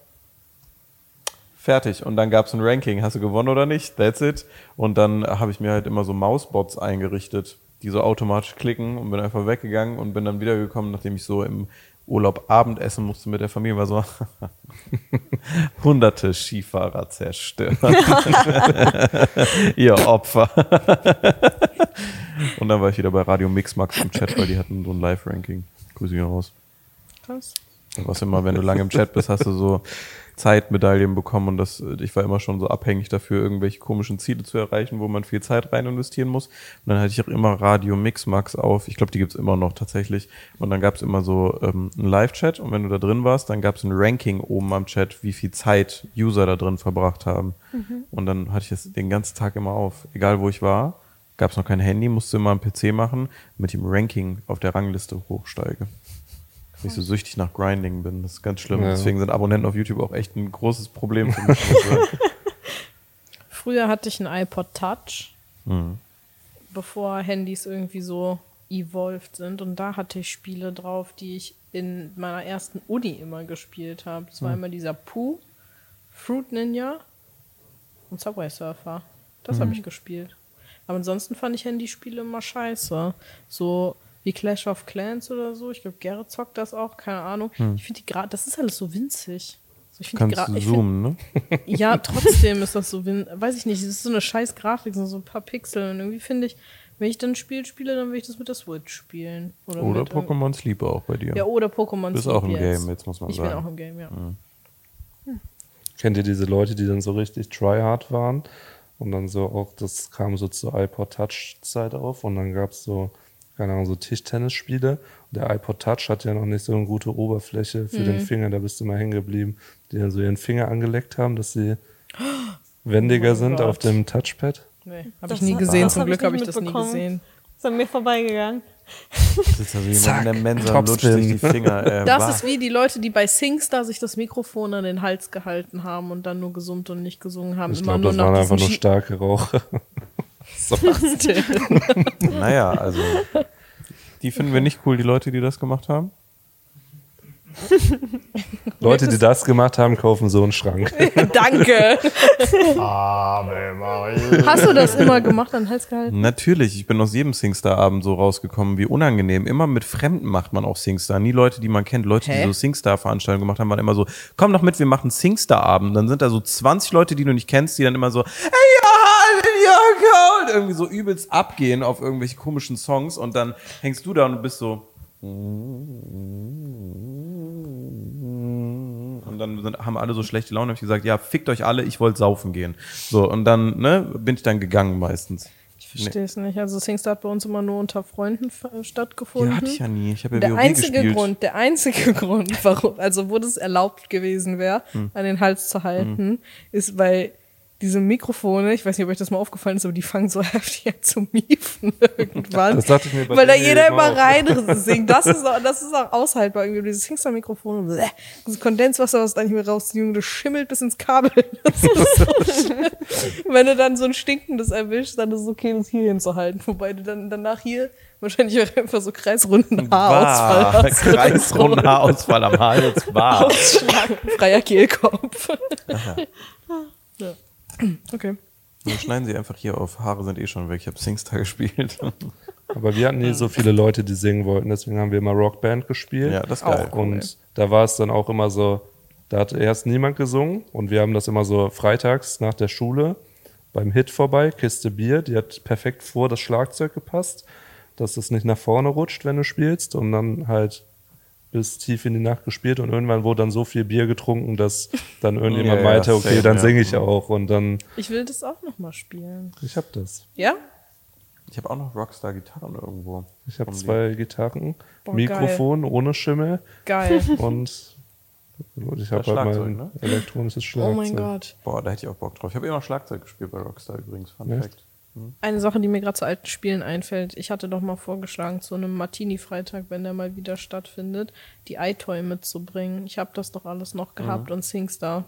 Fertig. Und dann gab es ein Ranking. Hast du gewonnen oder nicht? That's it. Und dann habe ich mir halt immer so Mausbots eingerichtet, die so automatisch klicken und bin einfach weggegangen und bin dann wiedergekommen, nachdem ich so im Urlaub Abendessen musste mit der Familie, war so hunderte Skifahrer zerstört. Ihr Opfer. Und dann war ich wieder bei Radio Mixmax im Chat, weil die hatten so ein Live-Ranking. Grüße gehen raus. Krass. Was immer, wenn du lange im Chat bist, hast du so Zeitmedaillen bekommen und ich war immer schon so abhängig dafür, irgendwelche komischen Ziele zu erreichen, wo man viel Zeit rein investieren muss. Und dann hatte ich auch immer Radio Mixmax auf. Ich glaube, die gibt's immer noch tatsächlich. Und dann gab's immer so einen Live-Chat und wenn du da drin warst, dann gab's ein Ranking oben am Chat, wie viel Zeit User da drin verbracht haben. Und dann hatte ich das den ganzen Tag immer auf. Egal wo ich war, gab's noch kein Handy, musste immer am PC machen, mit dem Ranking auf der Rangliste hochsteige. Weil ich so süchtig nach Grinding bin. Das ist ganz schlimm. Ja. Deswegen sind Abonnenten auf YouTube auch echt ein großes Problem für mich. Früher hatte ich einen iPod Touch, bevor Handys irgendwie so evolved sind. Und da hatte ich Spiele drauf, die ich in meiner ersten Uni immer gespielt habe. Das war immer dieser Pooh, Fruit Ninja und Subway Surfer. Das habe ich gespielt. Aber ansonsten fand ich Handyspiele immer scheiße. So wie Clash of Clans oder so. Ich glaube, Gerrit zockt das auch, keine Ahnung. Ich finde das ist alles so winzig. So, ich Kannst du zoomen, ne? Ja, trotzdem ist das so, weiß ich nicht, es ist so eine scheiß Grafik, so ein paar Pixel. Und irgendwie finde ich, wenn ich dann ein Spiel spiele, dann will ich das mit der Switch spielen. Oder Pokémon Sleep auch bei dir. Ja, oder Pokémon Sleep. Du bist auch im Game, jetzt muss man Ich sagen. bin auch im Game, ja. Kennt ihr diese Leute, die dann so richtig tryhard waren? Und dann so auch, das kam so zur iPod Touch-Zeit auf und dann gab es so, keine Ahnung, so Tischtennisspiele. Und der iPod Touch hat ja noch nicht so eine gute Oberfläche für den Finger, da bist du mal hängen geblieben, die dann so ihren Finger angeleckt haben, dass sie wendiger sind Gott. auf dem Touchpad. Nee, habe Das ich nie hat- gesehen. das Zum hab Glück ich habe ich nicht das nie mitbekommen. gesehen. Ist an mir vorbeigegangen. Sitzt also jemand in der Mensa und lutscht Topspin. sich die Finger. Das ist wie die Leute, die bei SingStar sich das Mikrofon an den Hals gehalten haben und dann nur gesummt und nicht gesungen haben. Ich Immer glaube, nur das nach waren einfach diesen nur starke Raucher. Naja, also die finden wir nicht cool, die Leute, die das gemacht haben. Leute, die das gemacht haben, kaufen so einen Schrank. Danke. Hast du das immer gemacht, an den Hals gehalten? Natürlich, ich bin aus jedem Singstar-Abend so rausgekommen, wie unangenehm. Immer mit Fremden macht man auch Singstar. Nie Leute, die man kennt. Leute, die Hä? so Singstar-Veranstaltungen gemacht haben, waren immer so, komm doch mit, wir machen Singstar-Abend. Dann sind da so 20 Leute, die du nicht kennst, die dann immer so, hey, ja, und irgendwie so übelst abgehen auf irgendwelche komischen Songs und dann hängst du da und bist so, und dann haben alle so schlechte Laune. Hab ich gesagt, ja, fickt euch alle, ich wollte saufen gehen. So, und dann bin ich dann gegangen meistens. Ich verstehe es nicht. Also SingStar hat bei uns immer nur unter Freunden stattgefunden. Ja, hatte ich ja nie. Ich habe ja Der WoW einzige gespielt. Grund, warum, also wo das erlaubt gewesen wäre, an den Hals zu halten, ist, weil diese Mikrofone, ich weiß nicht, ob euch das mal aufgefallen ist, aber die fangen so heftig an zu miefen irgendwann. Das dachte ich mir bei weil da dir jeder eben immer auch. rein singt. Das ist auch aushaltbar. Irgendwie dieses SingStar-Mikrofon, dieses Kondenswasser, was da nicht mehr rauszieht, Junge, das schimmelt bis ins Kabel. Das ist so schlimm. Wenn du dann so ein stinkendes erwischst, dann ist es okay, das hier hinzuhalten. Wobei du dann danach hier wahrscheinlich auch einfach so kreisrunden Haarausfall hast. Kreisrunden Haarausfall am Hals. War. Ausschlag, freier Kehlkopf. Ja. Okay. Dann schneiden sie einfach hier auf. Haare sind eh schon weg. Ich habe Singstar gespielt. Aber wir hatten nie so viele Leute, die singen wollten, deswegen haben wir immer Rockband gespielt. Ja, das ist geil. Und da war es dann auch immer so, da hat erst niemand gesungen und wir haben das immer so freitags nach der Schule beim Hit vorbei, Kiste Bier, die hat perfekt vor das Schlagzeug gepasst, dass es nicht nach vorne rutscht, wenn du spielst und dann halt bis tief in die Nacht gespielt und irgendwann wurde dann so viel Bier getrunken, dass dann irgendjemand Ja, meinte, ja, okay, safe, dann ja. singe ich auch und dann, Ich will das auch noch mal spielen. ich hab das. Ja? Ich habe auch noch Rockstar-Gitarren irgendwo. Ich habe Rumliegen. 2 Gitarren, Boah, Mikrofon ohne Schimmel Geil. und ich habe halt Schlagzeug, mein ne? elektronisches Oh Schlagzeug. mein Gott. Boah, da hätte ich auch Bock drauf. Ich habe immer Schlagzeug gespielt bei Rockstar übrigens. Fun Echt? Fact. Eine Sache, die mir gerade zu alten Spielen einfällt. Ich hatte doch mal vorgeschlagen, zu einem Martini-Freitag, wenn der mal wieder stattfindet, die iToy mitzubringen. Ich habe das doch alles noch gehabt und SingStar.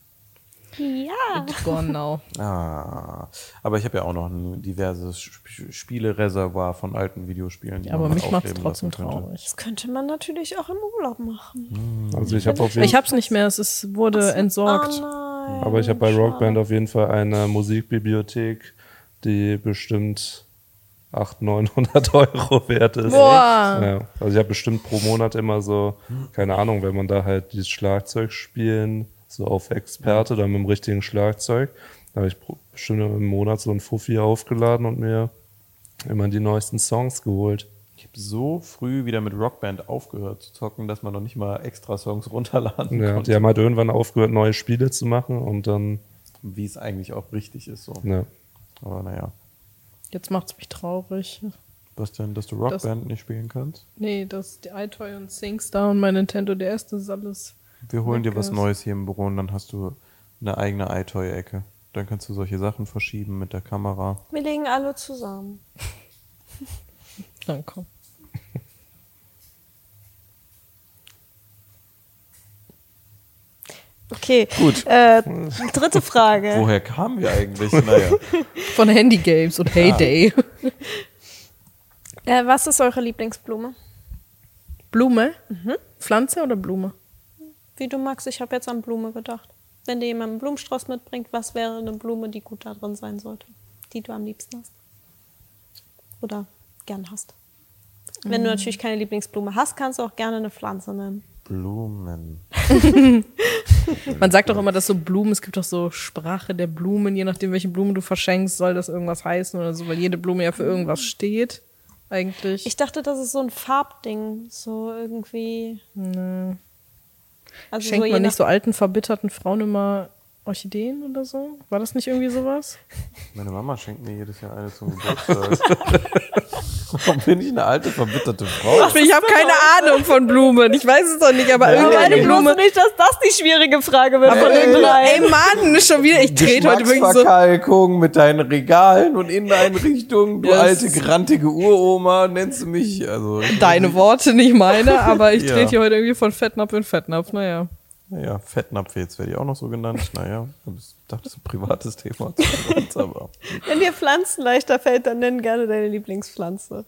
Ja. It's gone now. Aber ich habe ja auch noch ein diverses Spielereservoir von alten Videospielen. die Ja, aber man mich macht es aufleben trotzdem lassen könnte. traurig. Das könnte man natürlich auch im Urlaub machen. Also ich habe auf jeden Ich hab's nicht mehr, wurde entsorgt. Oh nein. aber ich habe bei schade. Rockband auf jeden Fall eine Musikbibliothek, die bestimmt 800-900 Euro wert ist. Boah. Ja, also ich habe bestimmt pro Monat immer so, keine Ahnung, wenn man da halt dieses Schlagzeug spielen, so auf Experte oder mit dem richtigen Schlagzeug, da habe ich bestimmt im Monat so ein Fuffi aufgeladen und mir immer die neuesten Songs geholt. Ich habe so früh wieder mit Rockband aufgehört zu zocken, dass man noch nicht mal extra Songs runterladen Ja, konnte. die haben halt irgendwann aufgehört, neue Spiele zu machen und dann, Wie es eigentlich auch richtig ist. So. ja. Aber naja. Jetzt macht's mich traurig. Was denn, dass du Rockband nicht spielen kannst? Nee, das die iToy und SingStar und mein Nintendo DS, das ist alles. Wir holen dir was Weggessen. Neues hier im Büro und dann hast du eine eigene iToy-Ecke. Dann kannst du solche Sachen verschieben mit der Kamera. Wir legen alle zusammen. Dann komm. Okay. Gut. Dritte Frage. Woher kamen wir eigentlich? Naja. Von Handygames und Heyday. Was ist eure Lieblingsblume? Blume? Pflanze oder Blume? Wie du magst, ich habe jetzt an Blume gedacht. Wenn dir jemand einen Blumenstrauß mitbringt, was wäre eine Blume, die gut da drin sein sollte? Die du am liebsten hast? Oder gern hast? Wenn du natürlich keine Lieblingsblume hast, kannst du auch gerne eine Pflanze nennen. Blumen. Man sagt doch immer, dass so Blumen, es gibt doch so Sprache der Blumen, je nachdem, welche Blume du verschenkst, soll das irgendwas heißen oder so, weil jede Blume ja für irgendwas steht, eigentlich. Ich dachte, das ist so ein Farbding. So irgendwie. Nee. Also Schenkt je man nach- nicht so alten, verbitterten Frauen immer Orchideen oder so? War das nicht irgendwie sowas? Meine Mama schenkt mir jedes Jahr eine zum Geburtstag. Warum bin ich eine alte, verbitterte Frau? Ich habe keine Ahnung von Blumen. Ich weiß es doch nicht, aber irgendeine Ich Blume. wusste nicht, dass das die schwierige Frage wird. Aber von den irgendeine, drei. ey Mann, schon wieder. Ich trete heute wirklich so. Geschmacksverkalkung mit deinen Regalen und Inneneinrichtungen. Du Yes. alte, grantige Uroma, nennst du mich. Also, Deine Worte, nicht meine, aber ich Ja. trete hier heute irgendwie von Fettnapf in Fettnapf. Naja. Naja, Fettnapf, jetzt werde ich auch noch so genannt. Naja, ich dachte, das ist ein privates Thema zu uns, aber Wenn dir Pflanzen leichter fällt, dann nenn gerne deine Lieblingspflanze.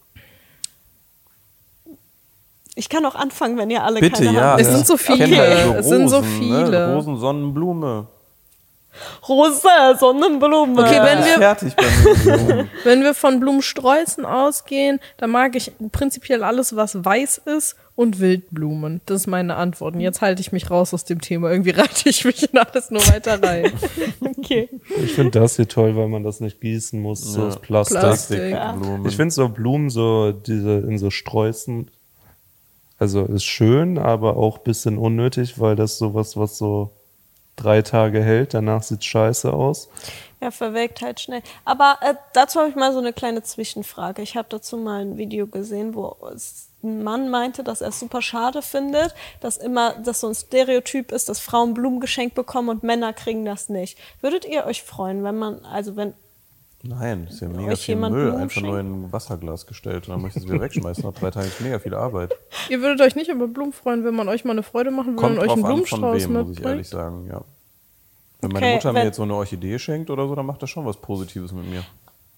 Ich kann auch anfangen, wenn ihr alle bitte, keine ja. habt. Es sind so Ich kenn viele. halt Es sind so Rosen, viele. Ne? Rosen, Sonnenblume. Rose, Sonnenblume. Okay, wenn Ich bin wir- fertig bei den Blumen. Wenn wir von Blumensträußen ausgehen, dann mag ich prinzipiell alles, was weiß ist und Wildblumen. Das ist meine Antwort. Und jetzt halte ich mich raus aus dem Thema. Irgendwie reite ich mich in alles nur weiter rein. Okay. Ich finde das hier toll, weil man das nicht gießen muss, so Ja. aus Plastik. Plastik. Plastikblumen. Ich finde so Blumen, so diese in so Sträußen, also ist schön, aber auch ein bisschen unnötig, weil das sowas, was so 3 Tage hält, danach sieht scheiße aus. Ja, verwelkt halt schnell. Aber dazu habe ich mal so eine kleine Zwischenfrage. Ich habe dazu mal ein Video gesehen, wo ein Mann meinte, dass er es super schade findet, dass so ein Stereotyp ist, dass Frauen Blumen geschenkt bekommen und Männer kriegen das nicht. Würdet ihr euch freuen, wenn Nein, das ist ja mega euch viel jemand Müll. Blumen Einfach nur in ein Wasserglas gestellt und dann möchtest du es wieder wegschmeißen. Nach 3 Tagen ist mega viel Arbeit. Ihr würdet euch nicht über Blumen freuen, wenn man euch mal eine Freude machen würde Kommt und euch drauf einen an, von Blumenstrauß wem, muss ich ehrlich mitbringt? sagen, ja. Wenn meine Okay, Mutter mir wenn- jetzt so eine Orchidee schenkt oder so, dann macht das schon was Positives mit mir.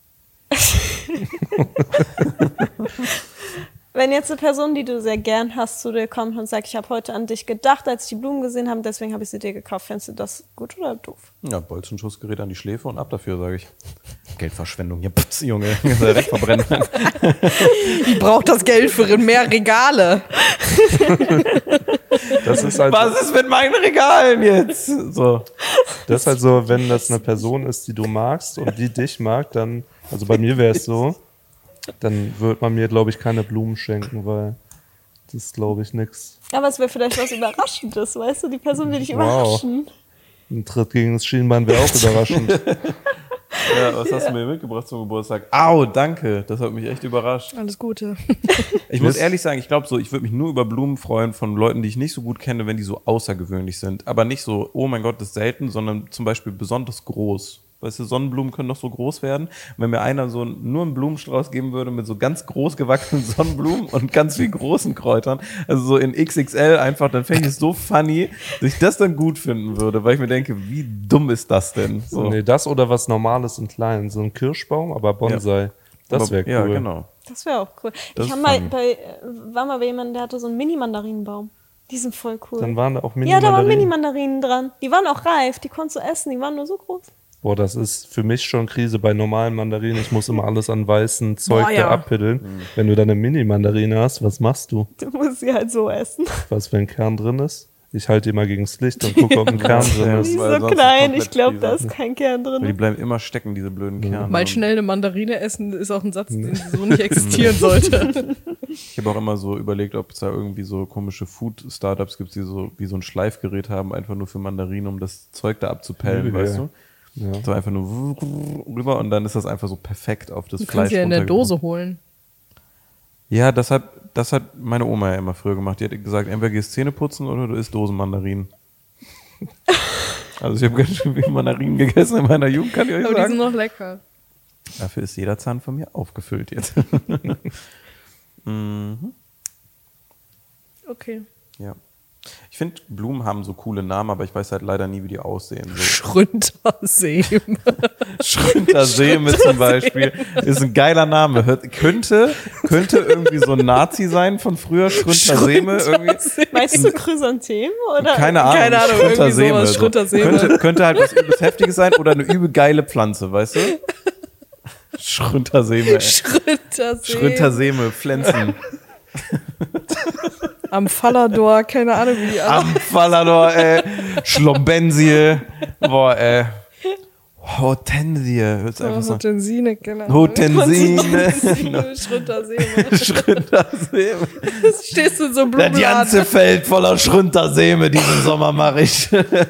Wenn jetzt eine Person, die du sehr gern hast, zu dir kommt und sagt, ich habe heute an dich gedacht, als ich die Blumen gesehen habe, deswegen habe ich sie dir gekauft, fändest du das gut oder doof? Ja, Bolzenschussgerät an die Schläfe und ab dafür, sage ich. Geldverschwendung, hier, putz, Junge, direkt verbrennen. Ich brauche das Geld für mehr Regale. Das ist halt, Was ist mit meinen Regalen jetzt? So. das ist halt so, wenn das eine Person ist, die du magst und die dich mag, dann, also bei mir wäre es so, dann würde man mir, glaube ich, keine Blumen schenken, weil das ist, glaube ich, nix. Aber es wäre vielleicht was Überraschendes, weißt du? Die Person will dich Wow. überraschen. Ein Tritt gegen das Schienbein wäre auch überraschend. Ja, was hast du mir mitgebracht zum Geburtstag? Au, danke, das hat mich echt überrascht. Alles Gute. Ich muss ehrlich sagen, ich glaube so, ich würde mich nur über Blumen freuen von Leuten, die ich nicht so gut kenne, wenn die so außergewöhnlich sind. Aber nicht so, oh mein Gott, das ist selten, sondern zum Beispiel besonders groß. Weißt du, Sonnenblumen können doch so groß werden. Und wenn mir einer so nur einen Blumenstrauß geben würde mit so ganz groß gewachsenen Sonnenblumen und ganz viel großen Kräutern, also so in XXL einfach, dann fände ich es so funny, dass ich das dann gut finden würde, weil ich mir denke, wie dumm ist das denn? So. Nee, das oder was Normales in klein. So ein Kirschbaum, aber Bonsai. Das wäre cool. Ja, genau. Das wäre auch cool. Das Ich ist hab mal funny. war mal bei jemandem, der hatte so einen Mini-Mandarinenbaum. Die sind voll cool. Dann waren da auch ja, da waren Mini-Mandarinen. Mini-Mandarinen dran. Die waren auch reif, die konntest du essen, die waren nur so groß. Boah, das ist für mich schon Krise bei normalen Mandarinen. Ich muss immer alles an weißen Zeug Boah, da ja. abpiddeln. Wenn du dann eine Mini-Mandarine hast, was machst du? Du musst sie halt so essen. Was für ein Kern drin ist? Ich halte die mal gegens Licht und gucke, ob ein Kern drin Die ist. ist weil so sonst klein, komplett ich glaube, da Krise. ist kein Kern Weil die drin. bleiben immer stecken, diese blöden Kerne. Mal schnell eine Mandarine essen ist auch ein Satz, den so nicht existieren sollte. Ich habe auch immer so überlegt, ob es da irgendwie so komische Food-Startups gibt, die so wie so ein Schleifgerät haben, einfach nur für Mandarinen, um das Zeug da abzupellen, Ja. weißt du? Ja. So einfach nur rüber und dann ist das einfach so perfekt auf das Du Fleisch kannst ja in der runtergebrochen. Dose holen. Ja, das hat meine Oma ja immer früher gemacht. Die hat gesagt, entweder gehst Zähne putzen oder du isst Dosenmandarinen. Also ich habe ganz schön viel Mandarinen gegessen in meiner Jugend, kann ich euch Aber die sagen. sind noch lecker. Dafür ist jeder Zahn von mir aufgefüllt jetzt. Okay. Ja. Ich finde, Blumen haben so coole Namen, aber ich weiß halt leider nie, wie die aussehen. So. Schrünterseem. Schrünterseeme zum Beispiel ist ein geiler Name. Könnte irgendwie so ein Nazi sein von früher, Schrünterseeme. Irgendwie. Meinst du Chrysantheme oder? Keine Ahnung, Keine Ahnung, irgendwie sowas, Schrünterseeme. Könnte halt was übelst Heftiges sein oder eine übel geile Pflanze, weißt du? Schrünterseeme, ey. Schrünterseem. Schrünterseeme, Pflanzen. Am Fallador, keine Ahnung, wie die alle. Ampfalador, ey. Schlombensie. Boah, ey. Hortensie. Hört's einfach so. Hotensine, keine Ahnung. Hotensine. Schrünterseeme. Schrünterseeme. Stehst du in so einem Das ganze Blumenladen. Feld voller Schrünterseeme diesen Sommer mache ich.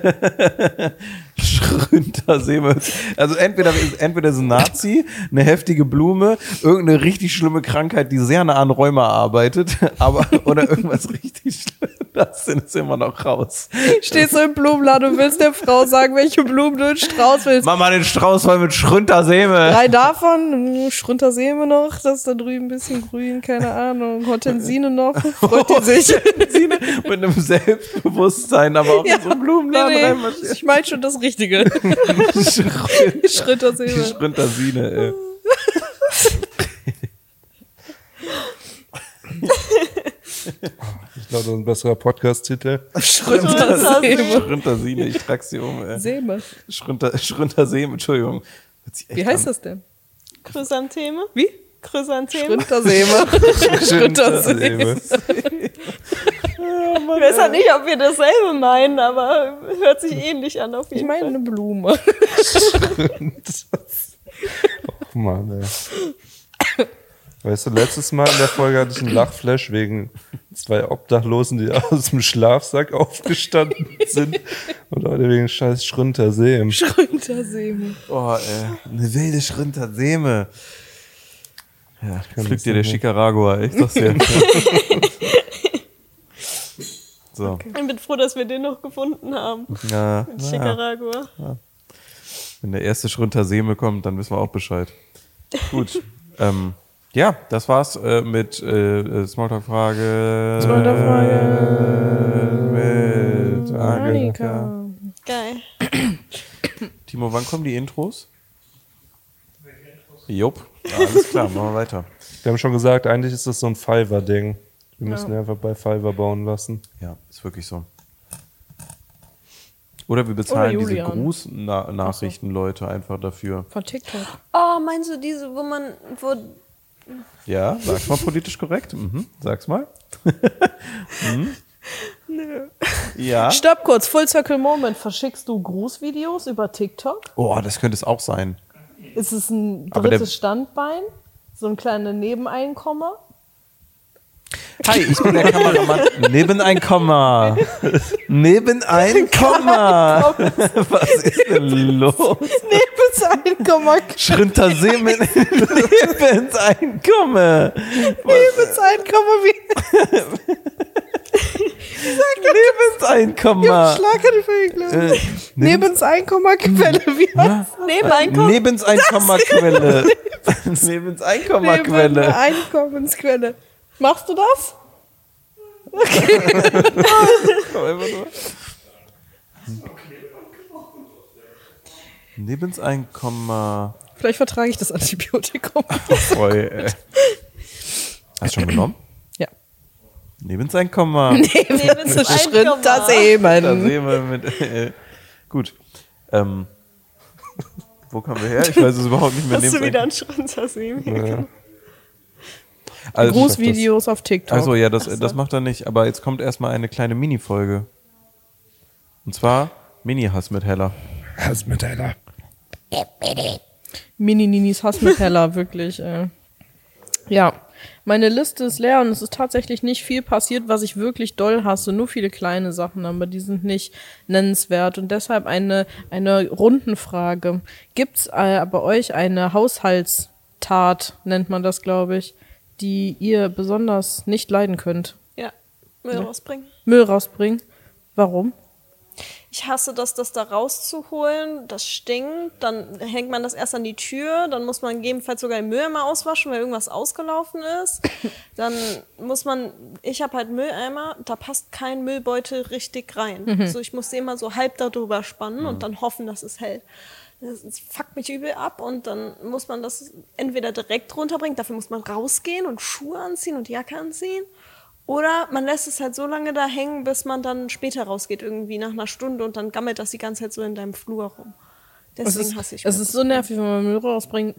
Schrünterseeme. Also entweder ist ein Nazi, eine heftige Blume, irgendeine richtig schlimme Krankheit, die sehr nah an Rheuma arbeitet, oder irgendwas richtig Schlimmes. Das sind es immer noch raus. Stehst du im Blumenladen und willst der Frau sagen, welche Blumen du in Strauß willst. Mach mal den Strauß voll mit Schrünterseeme. 3 davon, Schrünterseeme noch, das ist da drüben ein bisschen grün, keine Ahnung. Hortensine noch, freut die sich. Mit einem Selbstbewusstsein, aber auch in so einen Blumenladen reinmarschiert. Ich meine schon das Richtige. Schrünterseeme. Schrüntersine, ey. Ich glaube, das ist ein besserer Podcast-Titel. Schrünterseeme. Schrüntersine, ich trag's hier um, ey. Seeme. Schrünterseeme, Entschuldigung. Hört sich echt Wie heißt an. das denn? Chrysantheme? Wie? Chrysantheme? Schrünterseeme. Schrünterseeme. Ich weiß halt nicht, ob wir dasselbe meinen, aber hört sich ähnlich an auf Ich jeden meine Fall. eine Blume. Oh Mann, ey. Weißt du, letztes Mal in der Folge hatte ich einen Lachflash wegen 2 Obdachlosen, die aus dem Schlafsack aufgestanden sind. Und heute wegen scheiß Schrünterseem. Schrünterseeme. Oh, ey. Eine wilde Schrünterseeme. Ja, kann fliegt das dir der nicht. Chicaragua, ich sag's dir. So. Ich bin froh, dass wir den noch gefunden haben. Ja, Chicaragua. wenn der erste Schrünterseeme kommt, dann wissen wir auch Bescheid. Gut. Ja, das war's mit Smalltalk-Frage. Mit Angelika. Geil. Timo, wann kommen die Intros? Jupp. Alles klar, machen wir weiter. Wir haben schon gesagt, eigentlich ist das so ein Fiverr-Ding. Wir müssen ihn einfach bei Fiverr bauen lassen. Ja, ist wirklich so. Oder wir bezahlen Oder diese Julian. Grußnachrichten-Leute einfach dafür. Von TikTok. Oh, meinst du diese, wo Ja, sag's mal politisch korrekt. Sag's mal. Nö. Ja. Stopp kurz, Full Circle Moment. Verschickst du Grußvideos über TikTok? Oh, das könnte es auch sein. Ist es ein Aber der- drittes Standbein? So ein kleines Nebeneinkommen? Hi, ich bin der Kameramann. Nebeneinkommen. Nebeneinkommen. Was ist denn los? Nebeneinkommen. Schrünterseemen. Nebeneinkommen. Nebeneinkommen wie Nebeneinkommen. Schlaganfälle. Nebeneinkommenquelle. Wie heißt Nebeneinkommen? Nebeneinkommenquelle. Nebeneinkommenquelle. Nebeneinkommensquelle. Machst du das? Nebeneinkommen. Vielleicht vertrage ich das Antibiotikum. Oi, ey. Hast du schon genommen? Ja. Nebeneinkommen. Nebeneinkommen. Da Nebeneinkommen. sehen wir mit. Gut. Wo kommen wir her? Ich weiß es überhaupt nicht mehr. Hast du wieder Nebeneinkommen. einen Schrunzersee? Ja. Also, Grußvideos auf TikTok. also ja, das macht er nicht. Aber jetzt kommt erstmal eine kleine Mini-Folge. Und zwar Mini-Hassmeteller. Hassmetaller. Mini-Ninis Hassmeteller, wirklich. Ja, meine Liste ist leer und es ist tatsächlich nicht viel passiert, was ich wirklich doll hasse. Nur viele kleine Sachen, aber die sind nicht nennenswert. Und deshalb eine Rundenfrage. Gibt's bei euch eine Haushaltstat, nennt man das, glaube ich, die ihr besonders nicht leiden könnt? Ja, Müll rausbringen. Müll rausbringen? Warum? Ich hasse das da rauszuholen, das stinkt, dann hängt man das erst an die Tür, dann muss man gegebenenfalls sogar den Mülleimer auswaschen, weil irgendwas ausgelaufen ist. Dann muss man, ich habe halt Mülleimer, da passt kein Müllbeutel richtig rein. Also ich muss den immer so halb darüber spannen und dann hoffen, dass es hält. Das fuckt mich übel ab und dann muss man das entweder direkt runterbringen, dafür muss man rausgehen und Schuhe anziehen und Jacke anziehen. Oder man lässt es halt so lange da hängen, bis man dann später rausgeht, irgendwie nach einer Stunde und dann gammelt das die ganze Zeit so in deinem Flur rum. Deswegen hasse ich Es ist so nervig, wenn man Müll rausbringen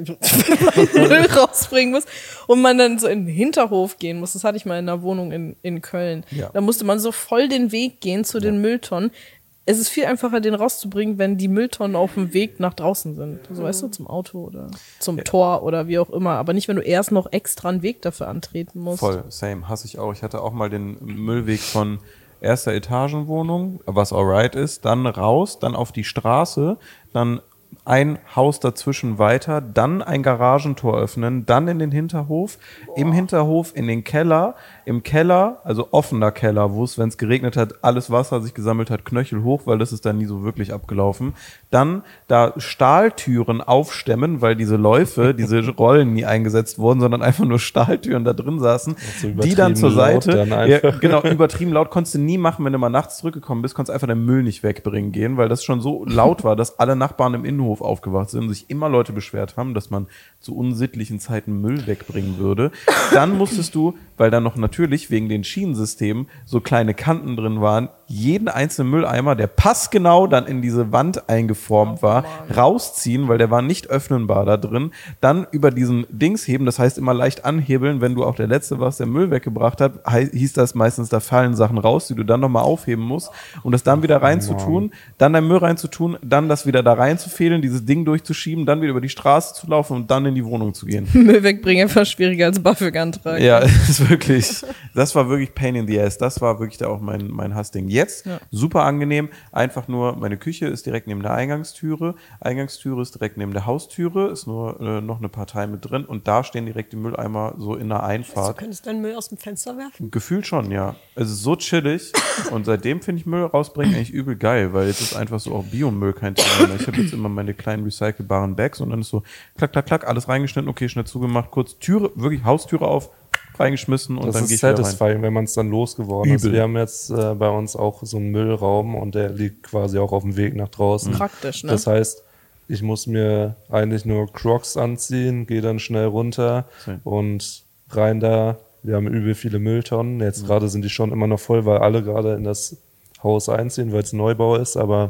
muss und man dann so in den Hinterhof gehen muss. Das hatte ich mal in einer Wohnung in Köln. Ja. Da musste man so voll den Weg gehen zu den Mülltonnen. Es ist viel einfacher, den rauszubringen, wenn die Mülltonnen auf dem Weg nach draußen sind. So, weißt du, zum Auto oder zum Tor oder wie auch immer. Aber nicht, wenn du erst noch extra einen Weg dafür antreten musst. Voll, same, hasse ich auch. Ich hatte auch mal den Müllweg von erster Etagenwohnung, was alright ist, dann raus, dann auf die Straße, dann ein Haus dazwischen weiter, dann ein Garagentor öffnen, dann in den Hinterhof, im Hinterhof in den Keller, im Keller, also offener Keller, wo es, wenn es geregnet hat, alles Wasser sich gesammelt hat, Knöchel hoch, weil das ist dann nie so wirklich abgelaufen. Dann da Stahltüren aufstemmen, weil diese Läufe, diese Rollen nie eingesetzt wurden, sondern einfach nur Stahltüren da drin saßen, So die dann zur übertrieben laut Seite. dann Ja, einfach. genau, übertrieben laut konntest du nie machen, wenn du mal nachts zurückgekommen bist, konntest einfach den Müll nicht wegbringen gehen, weil das schon so laut war, dass alle Nachbarn im Innenhof aufgewacht sind und sich immer Leute beschwert haben, dass man zu unsittlichen Zeiten Müll wegbringen würde. Dann musstest du, weil dann noch natürlich wegen den Schienensystemen so kleine Kanten drin waren, jeden einzelnen Mülleimer, der passgenau dann in diese Wand eingeformt war, rausziehen, weil der war nicht öffnenbar da drin, dann über diesen Dings heben, das heißt immer leicht anhebeln, wenn du auch der Letzte warst, der Müll weggebracht hat, hieß das meistens, da fallen Sachen raus, die du dann nochmal aufheben musst und das dann wieder reinzutun, dann dein Müll reinzutun, dann das wieder da reinzufädeln, dieses Ding durchzuschieben, dann wieder über die Straße zu laufen und dann in die Wohnung zu gehen. Müll wegbringen einfach schwieriger als BAföG-Antrag. Ja, ist wirklich, das war wirklich Pain in the Ass. Das war wirklich da auch mein Hassding. Jetzt, super angenehm, einfach nur, meine Küche ist direkt neben der Eingangstüre ist direkt neben der Haustüre, ist nur noch eine Partei mit drin und da stehen direkt die Mülleimer so in der Du Einfahrt. könntest deinen Müll aus dem Fenster werfen? Gefühlt schon, ja. Es ist so chillig und seitdem finde ich Müll rausbringen eigentlich übel geil, weil jetzt ist einfach so auch Biomüll kein Thema mehr. Ich habe jetzt immer meine kleinen recycelbaren Bags und dann ist so klack, klack, klack, alles reingeschnitten, okay, schnell zugemacht, kurz Türe, wirklich Haustüre auf, reingeschmissen und Das dann gehe ist ich wieder rein. satisfying, wenn man es dann losgeworden ist. Übel. Wir haben jetzt bei uns auch so einen Müllraum und der liegt quasi auch auf dem Weg nach draußen. Praktisch, ne? Das heißt, ich muss mir eigentlich nur Crocs anziehen, gehe dann schnell runter Same. und rein da. Wir haben übel viele Mülltonnen. Jetzt gerade sind die schon immer noch voll, weil alle gerade in das Haus einziehen, weil es Neubau ist. Aber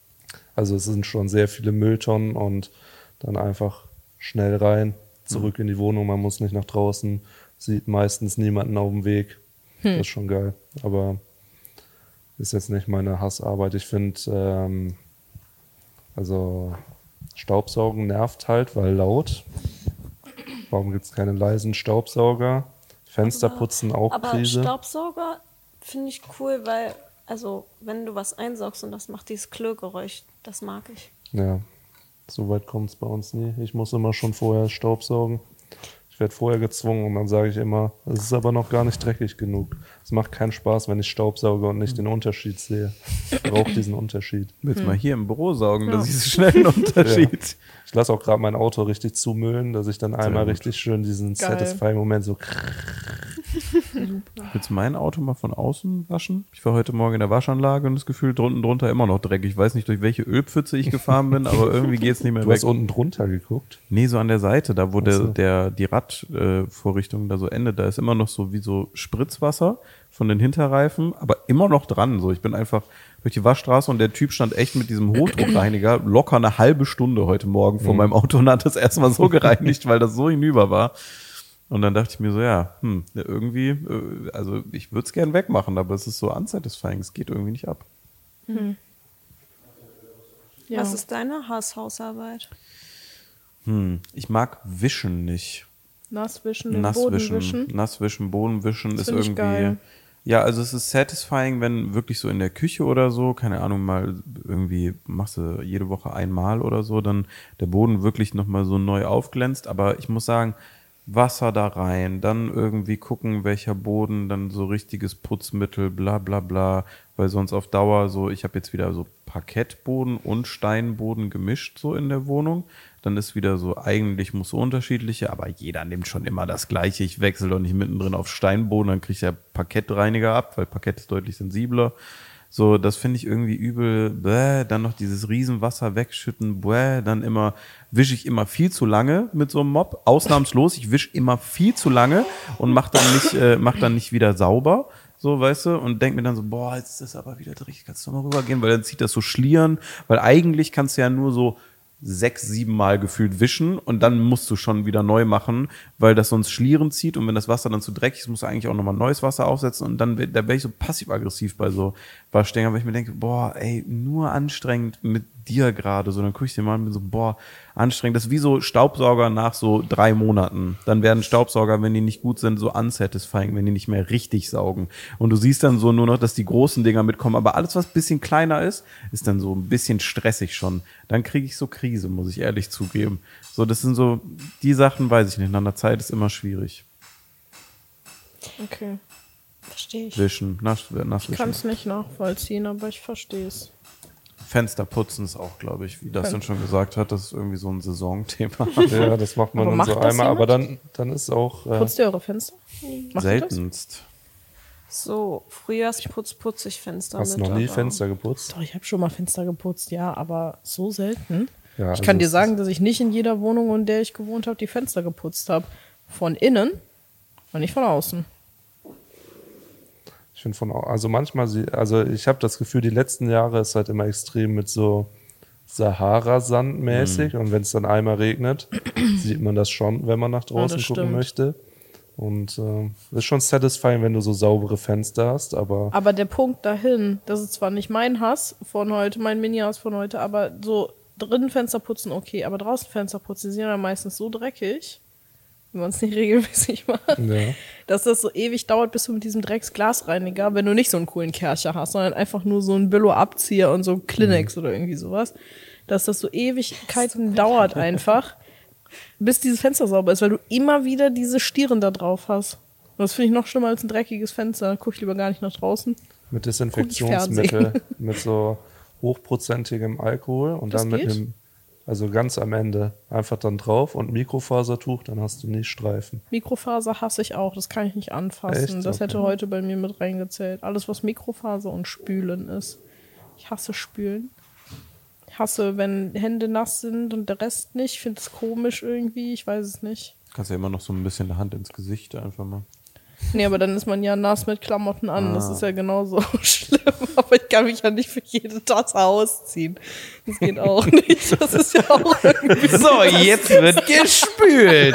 also es sind schon sehr viele Mülltonnen und dann einfach schnell rein, zurück in die Wohnung. Man muss nicht nach draußen, sieht meistens niemanden auf dem Weg. Das ist schon geil. Aber ist jetzt nicht meine Hassarbeit. Ich finde, also Staubsaugen nervt halt, weil laut. Warum gibt es keine leisen Staubsauger? Fenster putzen auch Aber Krise. Staubsauger finde ich cool, weil, also, wenn du was einsaugst und das macht dieses Klirrgeräusch, das mag ich. Ja, so weit kommt es bei uns nie. Ich muss immer schon vorher Staubsaugen. Ich werde vorher gezwungen und dann sage ich immer, es ist aber noch gar nicht dreckig genug. Es macht keinen Spaß, wenn ich staubsauge und nicht den Unterschied sehe. Ich brauche diesen Unterschied. Willst mal hier im Büro saugen, da siehst du schnell einen Unterschied. Ich lasse auch gerade mein Auto richtig zumüllen, dass ich dann einmal gut. richtig schön diesen Geil. Satisfying-Moment so. Willst du mein Auto mal von außen waschen? Ich war heute Morgen in der Waschanlage und das Gefühl drunten drunter immer noch dreckig. Ich weiß nicht, durch welche Ölpfütze ich gefahren bin, aber irgendwie geht's nicht mehr Du weg. hast unten drunter geguckt. Nee, so an der Seite, da wo Ach so. die Radvorrichtung da so endet, da ist immer noch so wie so Spritzwasser von den Hinterreifen, aber immer noch dran. So, ich bin einfach durch die Waschstraße und der Typ stand echt mit diesem Hochdruckreiniger locker eine halbe Stunde heute Morgen vor meinem Auto und hat das erstmal so gereinigt, weil das so hinüber war. Und dann dachte ich mir so, irgendwie, also ich würde es gern wegmachen, aber es ist so unsatisfying, es geht irgendwie nicht ab. Ja. Was ist deine Hausarbeit? Ich mag Wischen nicht. Nasswischen, den Boden wischen. Nasswischen, Bodenwischen ist find ich irgendwie. geil. Ja, also es ist satisfying, wenn wirklich so in der Küche oder so, keine Ahnung, mal irgendwie machst du jede Woche einmal oder so, dann der Boden wirklich nochmal so neu aufglänzt. Aber ich muss sagen, Wasser da rein, dann irgendwie gucken, welcher Boden, dann so richtiges Putzmittel, bla bla bla, weil sonst auf Dauer so, ich habe jetzt wieder so Parkettboden und Steinboden gemischt so in der Wohnung. Dann ist wieder so, eigentlich muss so unterschiedliche, aber jeder nimmt schon immer das Gleiche. Ich wechsle doch nicht mittendrin auf Steinboden, dann kriege ich ja Parkettreiniger ab, weil Parkett ist deutlich sensibler. So, das finde ich irgendwie übel. Bäh, dann noch dieses Riesenwasser wegschütten. Bäh, dann immer wische ich immer viel zu lange mit so einem Mop. Ausnahmslos, ich wische immer viel zu lange und mach dann nicht wieder sauber. So, weißt du, und denk mir dann so, boah, jetzt ist das aber wieder dreckig, kannst du mal rübergehen, weil dann zieht das so Schlieren, weil eigentlich kannst du ja nur so 6, 7 Mal gefühlt wischen und dann musst du schon wieder neu machen, weil das sonst Schlieren zieht und wenn das Wasser dann zu dreckig ist, musst du eigentlich auch nochmal neues Wasser aufsetzen und dann da wäre ich so passiv-aggressiv bei so Waschdingern, weil ich mir denke, boah, ey, nur anstrengend mit dir gerade, so dann gucke ich dir mal an und bin so, boah, anstrengend, das ist wie so Staubsauger nach so 3 Monaten, dann werden Staubsauger, wenn die nicht gut sind, so unsatisfying, wenn die nicht mehr richtig saugen und du siehst dann so nur noch, dass die großen Dinger mitkommen, aber alles, was ein bisschen kleiner ist dann so ein bisschen stressig schon, dann kriege ich so Krise, muss ich ehrlich zugeben. So, das sind so, die Sachen weiß ich nicht, nach einer Zeit ist immer schwierig. Okay. Verstehe ich. Wischen, nass Ich kann wischen. es nicht nachvollziehen, aber ich verstehe es. Fenster putzen ist auch, glaube ich, wie das dann schon gesagt hat, das ist irgendwie so ein Saisonthema. Ja, das macht man Aber dann macht so das einmal, aber jemand? dann ist auch. Putzt ihr eure Fenster? Macht ihr das? Seltenst. So, Frühjahrsputz putze ich Fenster Hast du mit. noch nie aber- Fenster geputzt? Doch, ich habe schon mal Fenster geputzt, ja, aber so selten. Ja, Ich kann also dir es sagen, dass ich nicht in jeder Wohnung, in der ich gewohnt habe, die Fenster geputzt habe. Von innen und nicht von außen. Ich finde also manchmal, also ich habe das Gefühl, die letzten Jahre ist halt immer extrem mit so Sahara-Sand mäßig und wenn es dann einmal regnet, sieht man das schon, wenn man nach draußen das gucken stimmt. möchte. Und ist schon satisfying, wenn du so saubere Fenster hast, aber Aber der Punkt dahin, das ist zwar nicht mein Hass von heute, mein Mini-Hass von heute, aber so drinnen Fenster putzen okay, aber draußen Fenster putzen, die sind ja meistens so dreckig, wenn man es nicht regelmäßig macht, ja. dass das so ewig dauert, bis du mit diesem Drecksglasreiniger, wenn du nicht so einen coolen Kercher hast, sondern einfach nur so einen Billo-Abzieher und so Kleenex oder irgendwie sowas, dass das so Ewigkeiten dauert einfach, bis dieses Fenster sauber ist, weil du immer wieder diese Stieren da drauf hast. Und das finde ich noch schlimmer als ein dreckiges Fenster. Da gucke ich lieber gar nicht nach draußen. Mit Desinfektionsmittel, mit so hochprozentigem Alkohol und Das dann mit geht? einem, also ganz am Ende, einfach dann drauf und Mikrofasertuch, dann hast du nie Streifen. Mikrofaser hasse ich auch, das kann ich nicht anfassen. Echt? Das hätte Okay. heute bei mir mit reingezählt. Alles, was Mikrofaser und Spülen ist. Ich hasse Spülen. Ich hasse, wenn Hände nass sind und der Rest nicht. Ich finde es komisch irgendwie, ich weiß es nicht. Kannst ja immer noch so ein bisschen eine Hand ins Gesicht einfach mal. Nee, aber dann ist man ja nass mit Klamotten an. Das ist ja genauso schlimm. Aber ich kann mich ja nicht für jede Tasse ausziehen. Das geht auch nicht. Das ist ja auch irgendwie. So, jetzt wird gespült.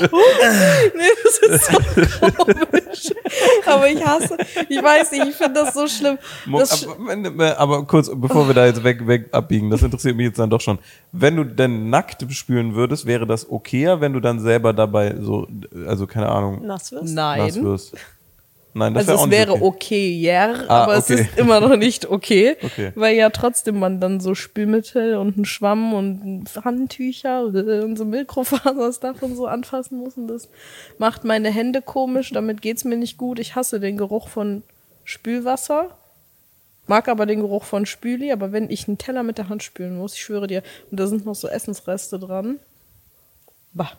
Nee, das ist so komisch. Aber ich weiß nicht, ich finde das so schlimm. Das Aber kurz, bevor wir da jetzt weg abbiegen, das interessiert mich jetzt dann doch schon. Wenn du denn nackt spülen würdest, wäre das okayer, wenn du dann selber dabei so, also keine Ahnung, Nass wirst? nass Nein. wirst? Nein, das Also wäre auch es nicht wäre okay. okayer, Ah, aber okay. es ist immer noch nicht okay, Okay. weil ja trotzdem man dann so Spülmittel und einen Schwamm und Handtücher und so Mikrofaserstuff und so anfassen muss und das macht meine Hände komisch, damit geht's mir nicht gut. Ich hasse den Geruch von Spülwasser, mag aber den Geruch von Spüli, aber wenn ich einen Teller mit der Hand spülen muss, ich schwöre dir, und da sind noch so Essensreste dran, bah.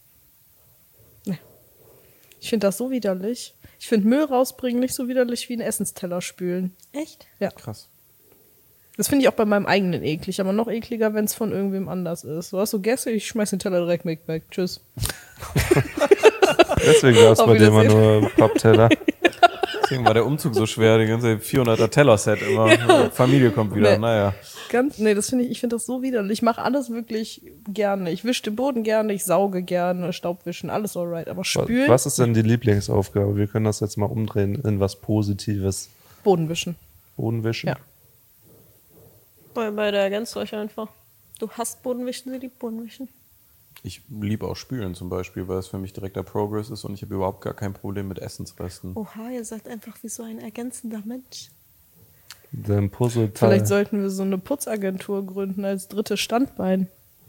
Nee. Ich finde das so widerlich. Ich finde Müll rausbringen nicht so widerlich wie einen Essensteller spülen. Echt? Ja. Krass. Das finde ich auch bei meinem eigenen eklig, aber noch ekliger, wenn es von irgendwem anders ist. Du hast so Gäste, ich schmeiß den Teller direkt weg. Tschüss. Deswegen gab es Auf bei dir immer Wiedersehen. nur Pappteller. Deswegen war der Umzug so schwer, die ganze 400er Teller-Set immer. Familie kommt wieder, Nee. naja. Das finde ich finde das so widerlich. Ich mache alles wirklich gerne. Ich wische den Boden gerne, ich sauge gerne, Staubwischen, alles alright. Aber spülen, Was ist denn die Lieblingsaufgabe? Wir können das jetzt mal umdrehen in was Positives. Boden wischen. Boden wischen? Ja. Weil beide ergänzt euch einfach. Du hasst Bodenwischen, sie liebt Bodenwischen. Ich liebe auch Spülen zum Beispiel, weil es für mich direkter Progress ist und ich habe überhaupt gar kein Problem mit Essensresten. Oha, ihr seid einfach wie so ein ergänzender Mensch. Den Puzzleteil. Vielleicht sollten wir so eine Putzagentur gründen als drittes Standbein.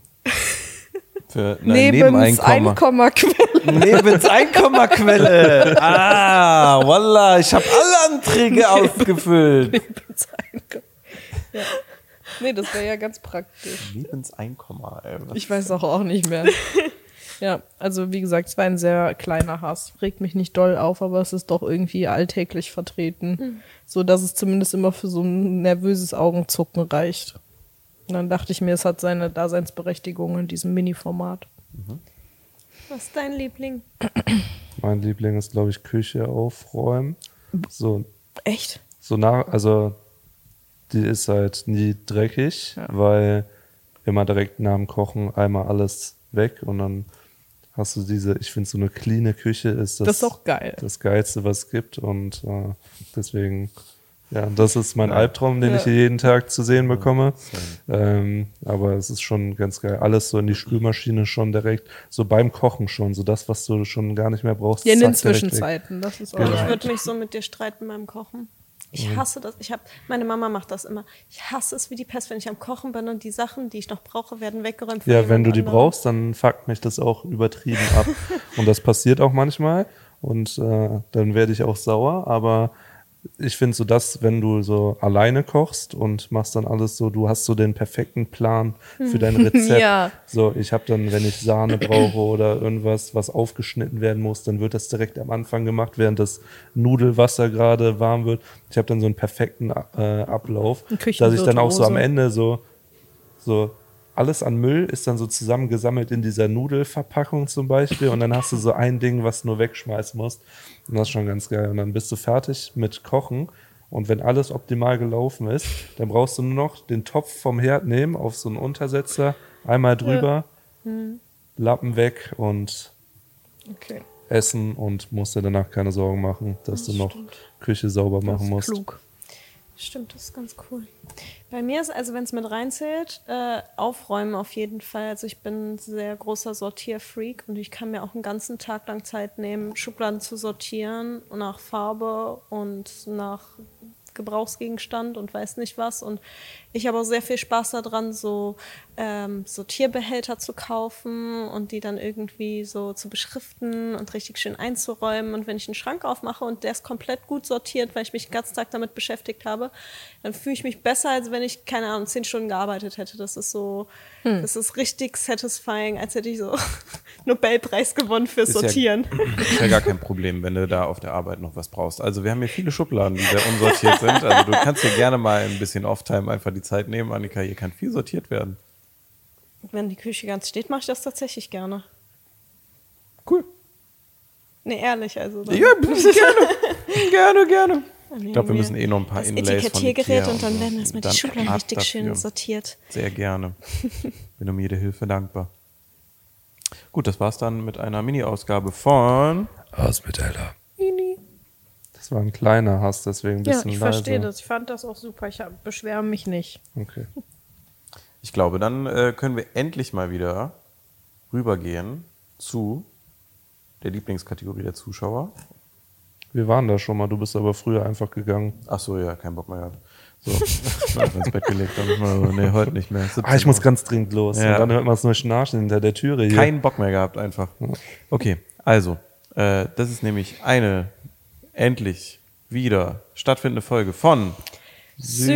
Für Nebeneinkommenquelle. Nebeneinkommenquelle. Wallah, ich habe alle Anträge ausgefüllt. Nebeneinkommen. Ja. Nee, das wäre ja ganz praktisch. Lebenseinkommen, ey. Ich weiß auch nicht mehr. Ja, also wie gesagt, es war ein sehr kleiner Hass. Regt mich nicht doll auf, aber es ist doch irgendwie alltäglich vertreten. So dass es zumindest immer für so ein nervöses Augenzucken reicht. Und dann dachte ich mir, es hat seine Daseinsberechtigung in diesem Mini-Format. Was ist dein Liebling? Mein Liebling ist, glaube ich, Küche aufräumen. So, Echt? also die ist halt nie dreckig, weil immer direkt nach dem Kochen einmal alles weg und dann hast du ich finde so eine cleane Küche ist Das ist auch geil. das Geilste, was es gibt und deswegen, ja, das ist mein Albtraum, den ich hier jeden Tag zu sehen bekomme. Aber es ist schon ganz geil. Alles so in die Spülmaschine schon direkt, so beim Kochen schon, so das, was du schon gar nicht mehr brauchst. Ja, in den zack, direkt weg. Zwischenzeiten. Das ist auch Genau. Ich geil. würde mich so mit dir streiten beim Kochen. Ich hasse das. Meine Mama macht das immer. Ich hasse es wie die Pest, wenn ich am Kochen bin und die Sachen, die ich noch brauche, werden weggeräumt. von Ja, wenn jemand du die anderem. brauchst, dann fuckt mich das auch übertrieben ab. Und das passiert auch manchmal. Und dann werde ich auch sauer. Aber ich finde so das, wenn du so alleine kochst und machst dann alles so, du hast so den perfekten Plan für dein Rezept. Ja. So, ich habe dann, wenn ich Sahne brauche oder irgendwas, was aufgeschnitten werden muss, dann wird das direkt am Anfang gemacht, während das Nudelwasser gerade warm wird. Ich habe dann so einen perfekten Ablauf, dass ich dann auch so am Ende so alles an Müll ist dann so zusammengesammelt in dieser Nudelverpackung zum Beispiel und dann hast du so ein Ding, was du nur wegschmeißen musst und das ist schon ganz geil und dann bist du fertig mit Kochen und wenn alles optimal gelaufen ist, dann brauchst du nur noch den Topf vom Herd nehmen, auf so einen Untersetzer, einmal drüber, Lappen weg und Okay. essen und musst dir danach keine Sorgen machen, dass du noch Küche sauber Das machen ist musst. klug. Stimmt, das ist ganz cool. Bei mir ist, also wenn es mit reinzählt, aufräumen auf jeden Fall. Also ich bin ein sehr großer Sortierfreak und ich kann mir auch einen ganzen Tag lang Zeit nehmen, Schubladen zu sortieren nach Farbe und nach Gebrauchsgegenstand und weiß nicht was. Und ich habe auch sehr viel Spaß daran, so Sortierbehälter zu kaufen und die dann irgendwie so zu beschriften und richtig schön einzuräumen. Und wenn ich einen Schrank aufmache und der ist komplett gut sortiert, weil ich mich den ganzen Tag damit beschäftigt habe, dann fühle ich mich besser, als wenn ich, keine Ahnung, 10 Stunden gearbeitet hätte. Das ist so, das ist richtig satisfying, als hätte ich so Nobelpreis gewonnen fürs Sortieren. Ist ja gar kein Problem, wenn du da auf der Arbeit noch was brauchst. Also wir haben hier viele Schubladen, die sehr unsortiert sind. Also du kannst dir gerne mal ein bisschen Off-Time einfach die Zeit nehmen. Annika, hier kann viel sortiert werden. Wenn die Küche ganz steht, mache ich das tatsächlich gerne. Cool. Nee, ehrlich, also. Ja, gerne. Ich glaube, wir müssen eh noch ein paar das Inlays von Etikettiergerät Ikea und dann so. werden erstmal die Dann Schubladen ab richtig schön dafür. sortiert. Sehr gerne. Bin um jede Hilfe dankbar. Gut, das war's dann mit einer Mini-Ausgabe von Hass mit Ella. Das war ein kleiner Hass, deswegen ein Ja, bisschen ich leise. verstehe das. Ich fand das auch super. Ich beschwere mich nicht. Okay. Ich glaube, dann können wir endlich mal wieder rübergehen zu der Lieblingskategorie der Zuschauer. Wir waren da schon mal, du bist aber früher einfach gegangen. Ach so, ja, kein Bock mehr gehabt. So, einfach ins Bett gelegt. Dann, nee, heute nicht mehr. 17 Ich muss Uhr. ganz dringend los. Ja. Und dann hört man es nur schnarchen hinter der Türe hier. Keinen Bock mehr gehabt einfach. Okay, also, das ist nämlich eine endlich wieder stattfindende Folge von Süß.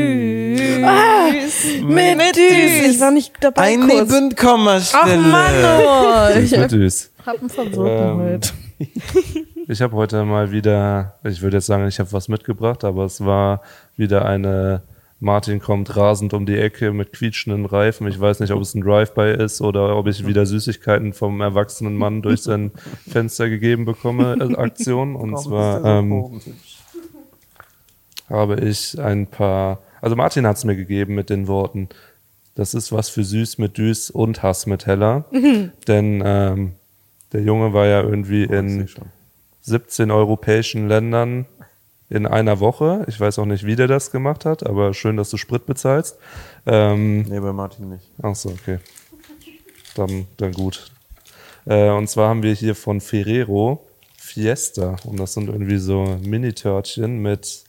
Mit Düs. Ich war nicht dabei kurz. Nebenkommastelle. Ach Mann, oh. Ich Wird süß. hab einen Verwirrten heute. Ich habe heute mal wieder, ich würde jetzt sagen, ich habe was mitgebracht, aber es war wieder eine Martin kommt rasend um die Ecke mit quietschenden Reifen. Ich weiß nicht, ob es ein Drive-By ist oder ob ich wieder Süßigkeiten vom erwachsenen Mann durch sein Fenster gegeben bekomme, Aktion. Und zwar habe ich ein paar, also Martin hat es mir gegeben mit den Worten, das ist was für Süß mit Düs und Hass mit Heller. Denn der Junge war ja irgendwie in 17 europäischen Ländern in einer Woche. Ich weiß auch nicht, wie der das gemacht hat, aber schön, dass du Sprit bezahlst. Nee, bei Martin nicht. Ach so, okay. Dann gut. Und zwar haben wir hier von Ferrero Fiesta. Und das sind irgendwie so Mini-Törtchen mit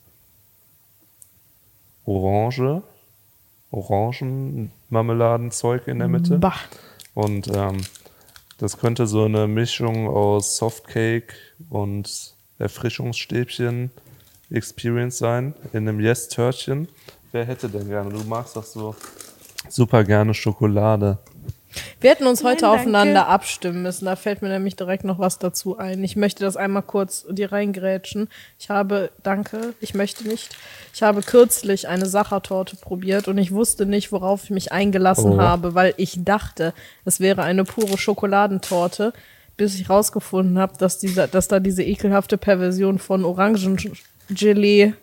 Orangenmarmeladenzeug in der Mitte. Bah. Und das könnte so eine Mischung aus Softcake und Erfrischungsstäbchen Experience sein in einem Yes-Törtchen. Wer hätte denn gerne? Du magst doch so super gerne Schokolade. Wir hätten uns heute Nein, aufeinander danke. abstimmen müssen. Da fällt mir nämlich direkt noch was dazu ein. Ich möchte das einmal kurz dir reingrätschen. Ich habe kürzlich eine Sachertorte probiert und ich wusste nicht, worauf ich mich eingelassen habe, weil ich dachte, es wäre eine pure Schokoladentorte, bis ich rausgefunden habe, dass da diese ekelhafte Perversion von Orangengelee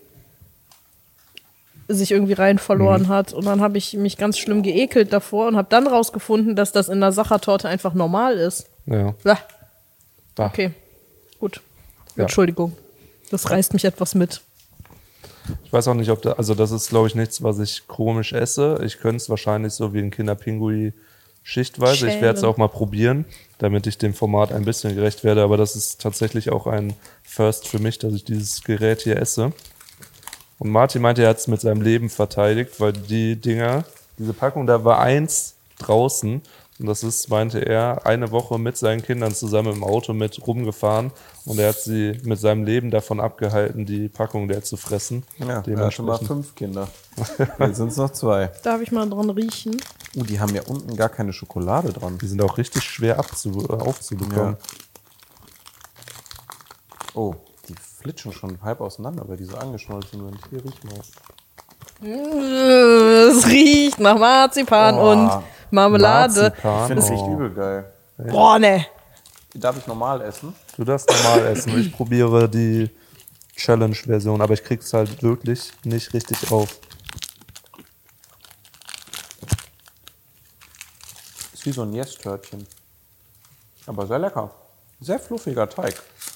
sich irgendwie rein verloren hat. Und dann habe ich mich ganz schlimm geekelt davor und habe dann rausgefunden, dass das in der Sachertorte einfach normal ist. Ja. Blah. Bah. Okay, gut. Ja. Entschuldigung. Das reißt mich etwas mit. Ich weiß auch nicht, ob das ist, glaube ich, nichts, was ich komisch esse. Ich könnte es wahrscheinlich so wie ein Kinderpingui schichtweise. Ich werde es Schälen. auch mal probieren, damit ich dem Format ein bisschen gerecht werde. Aber das ist tatsächlich auch ein First für mich, dass ich dieses Gerät hier esse. Und Martin meinte, er hat es mit seinem Leben verteidigt, weil diese Packung, da war 1 draußen. Und das ist, meinte er, eine Woche mit seinen Kindern zusammen im Auto mit rumgefahren. Und er hat sie mit seinem Leben davon abgehalten, die Packung der zu fressen. Ja, er hat schon mal 5 Kinder. Jetzt sind es noch 2. Darf ich mal dran riechen? Die haben ja unten gar keine Schokolade dran. Die sind auch richtig schwer aufzubekommen. Ja. Oh, die flitschen schon halb auseinander, weil die so angeschmolzen sind. Hier, riech mal. Es riecht nach Marzipan Oh, und Marmelade. Ich Marzipan. finde es echt übel geil. Boah, ne. Darf ich normal essen? Du darfst normal essen. Ich probiere die Challenge-Version, aber ich krieg's halt wirklich nicht richtig auf. Ist wie so ein Yes-Törtchen. Aber sehr lecker. Sehr fluffiger Teig.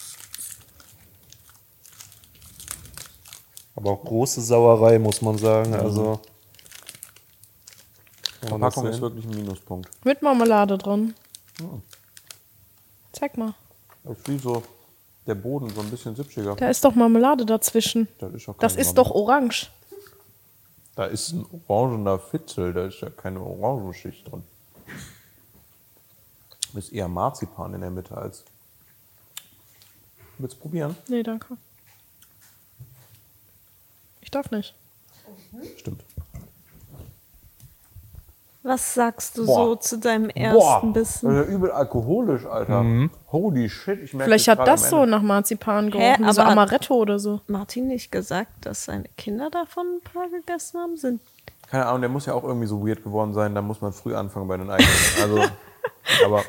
Aber auch große Sauerei, muss man sagen. Also, Die Verpackung ist wirklich ein Minuspunkt. Mit Marmelade drin. Zeig mal. Das ist wie so der Boden, so ein bisschen sipschiger. Da ist doch Marmelade dazwischen. Das ist, Das ist doch orange. Da ist ein orangener Fitzel, da ist ja keine Orangenschicht drin. Das ist eher Marzipan in der Mitte als. Willst du probieren? Nee, danke. Ich darf nicht. Stimmt. Was sagst du Boah. so zu deinem ersten Bissen? Das ist ja übel alkoholisch, Alter. Holy shit, ich merke Vielleicht jetzt hat gerade das am so Ende- nach Marzipan gerochen, wie so aber- Amaretto oder so. Martin nicht gesagt, dass seine Kinder davon ein paar gegessen haben? Sind Keine Ahnung, der muss ja auch irgendwie so weird geworden sein, da muss man früh anfangen bei den eigenen. Also, aber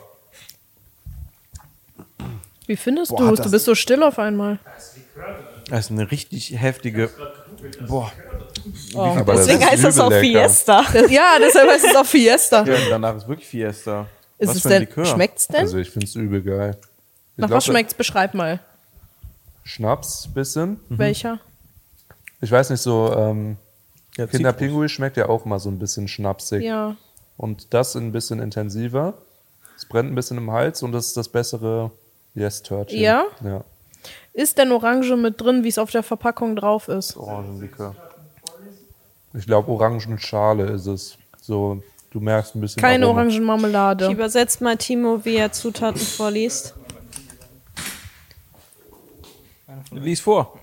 Wie findest Boah, du es? das- Du bist so still auf einmal. das ist eine richtig heftige. Boah. aber deswegen das ist heißt das auch übel lecker. Fiesta. Ja, deshalb heißt es auch Fiesta. Ja, danach ist wirklich Fiesta. Ist Was es für ein denn, Likör? schmeckt's denn? Also ich finde es übel geil. Ich Nach glaub, was schmeckt's? Beschreib mal. Schnaps bisschen. Welcher? Ich weiß nicht, so Ja, Kinderpingui schmeckt ja auch mal so ein bisschen schnapsig. Ja. Und das ein bisschen intensiver. Es brennt ein bisschen im Hals und das ist das bessere Yes-Törtchen. Ja? Ja. Ist denn Orange mit drin, wie es auf der Verpackung drauf ist? Orangenlikör. Ich glaube, Orangenschale ist es. So, du merkst ein bisschen Keine Aroma. Ich Orangenmarmelade. übersetzt mal Timo, wie er Zutaten vorliest. Lies vor.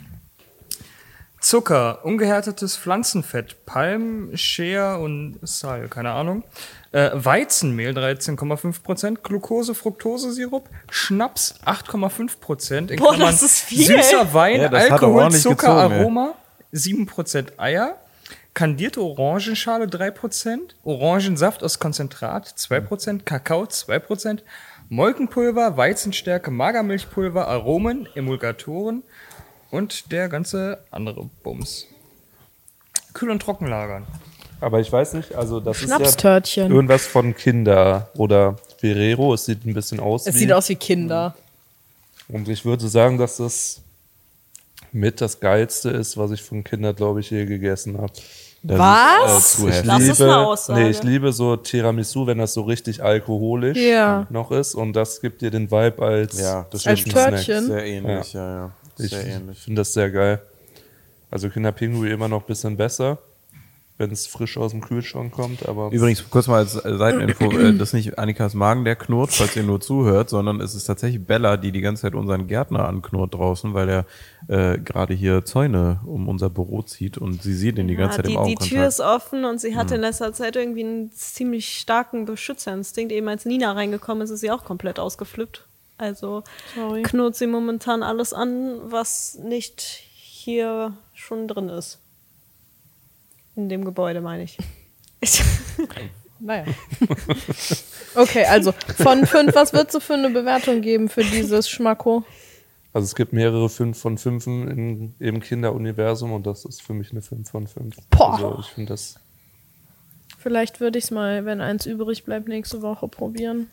Zucker, ungehärtetes Pflanzenfett, Palm, Shea und Sal, keine Ahnung. Weizenmehl 13,5%, Glucose, Fructose-Sirup, Schnaps 8,5%, in Boah, Klammern das ist viel. süßer Wein, Ja, das hat er Alkohol, ordentlich Zucker, gezogen, ey. Aroma, 7% Eier, kandierte Orangenschale 3%, Orangensaft aus Konzentrat 2%, Kakao 2%, Molkenpulver, Weizenstärke, Magermilchpulver, Aromen, Emulgatoren und der ganze andere Bums. Kühl- und trocken lagern. Aber ich weiß nicht, also das ist ja Schnapstörtchen. irgendwas von Kinder oder Ferrero. Es sieht ein bisschen aus Es wie. sieht aus wie Kinder. Und ich würde sagen, dass das mit das Geilste ist, was ich von Kindern, glaube ich, je gegessen habe. Was? zu heftig. Das ist eine Aussage. Ich liebe so Tiramisu, wenn das so richtig alkoholisch Ja. noch ist. Und das gibt dir den Vibe als, Ja, das Als stimmt. Törtchen. Sehr ähnlich, ja. Ich Sehr ähnlich. finde das sehr geil. Also Kinderpinguin immer noch ein bisschen besser, wenn es frisch aus dem Kühlschrank kommt. Aber Übrigens, kurz mal als Seiteninfo, das ist nicht Annikas Magen, der knurrt, falls ihr nur zuhört, sondern es ist tatsächlich Bella, die ganze Zeit unseren Gärtner anknurrt draußen, weil er gerade hier Zäune um unser Büro zieht und sie sieht ihn die ganze Zeit im Die Augenkontakt. Tür ist offen und sie hatte in letzter Zeit irgendwie einen ziemlich starken Beschützerinstinkt. Eben als Nina reingekommen ist, ist sie auch komplett ausgeflippt. Also Sorry. knurrt sie momentan alles an, was nicht hier schon drin ist. In dem Gebäude, meine ich. Naja. Okay, also von 5, was würdest du für eine Bewertung geben für dieses Schmacko? also es gibt mehrere 5 von 5 im Kinderuniversum und das ist für mich eine 5 von 5. Boah. Also ich finde das, Vielleicht würde ich es mal, wenn eins übrig bleibt, nächste Woche probieren.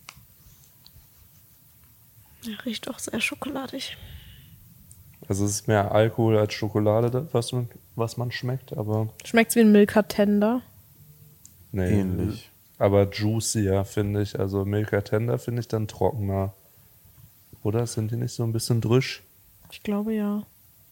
Ja, riecht auch sehr schokoladig. also es ist mehr Alkohol als Schokolade, was man schmeckt, aber Schmeckt's wie ein Milka Tender? nee. Ähnlich. Aber juicier, finde ich. Also Milka Tender finde ich dann trockener. Oder sind die nicht so ein bisschen drüsch? Ich glaube ja.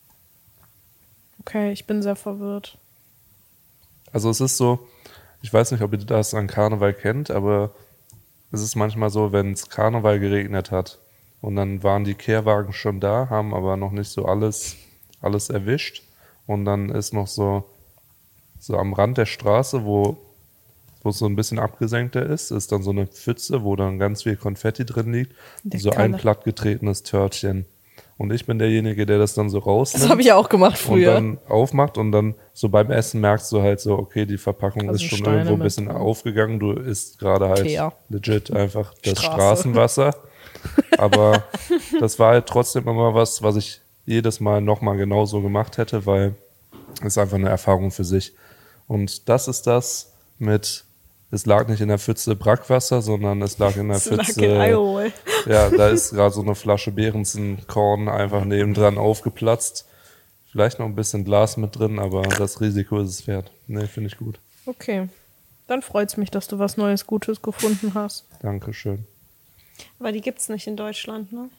Okay, ich bin sehr verwirrt. Also es ist so, ich weiß nicht, ob ihr das an Karneval kennt, aber es ist manchmal so, wenn es Karneval geregnet hat und dann waren die Kehrwagen schon da, haben aber noch nicht so alles erwischt und dann ist noch so am Rand der Straße, wo es so ein bisschen abgesenkter ist dann so eine Pfütze, wo dann ganz viel Konfetti drin liegt, Der so ein Kalle. plattgetretenes Törtchen. Und ich bin derjenige, der das dann so rausnimmt. Das habe ich ja auch gemacht Und früher. dann aufmacht und dann so beim Essen merkst du halt so, okay, die Verpackung Also ist schon Steine irgendwo ein mit bisschen drin. aufgegangen. Du isst gerade halt Teer. legit einfach das Straße. Straßenwasser. Aber das war halt trotzdem immer was ich jedes Mal nochmal genauso gemacht hätte, weil es einfach eine Erfahrung für sich. Und das ist das mit, es lag nicht in der Pfütze Brackwasser, sondern es lag in der Das lag in Pfütze. Iowa. Ja, da ist gerade so eine Flasche Behrensen-Korn einfach nebendran aufgeplatzt. Vielleicht noch ein bisschen Glas mit drin, aber das Risiko ist es wert. Nee, finde ich gut. Okay. Dann freut's mich, dass du was Neues, Gutes gefunden hast. Dankeschön. Aber die gibt's nicht in Deutschland, ne?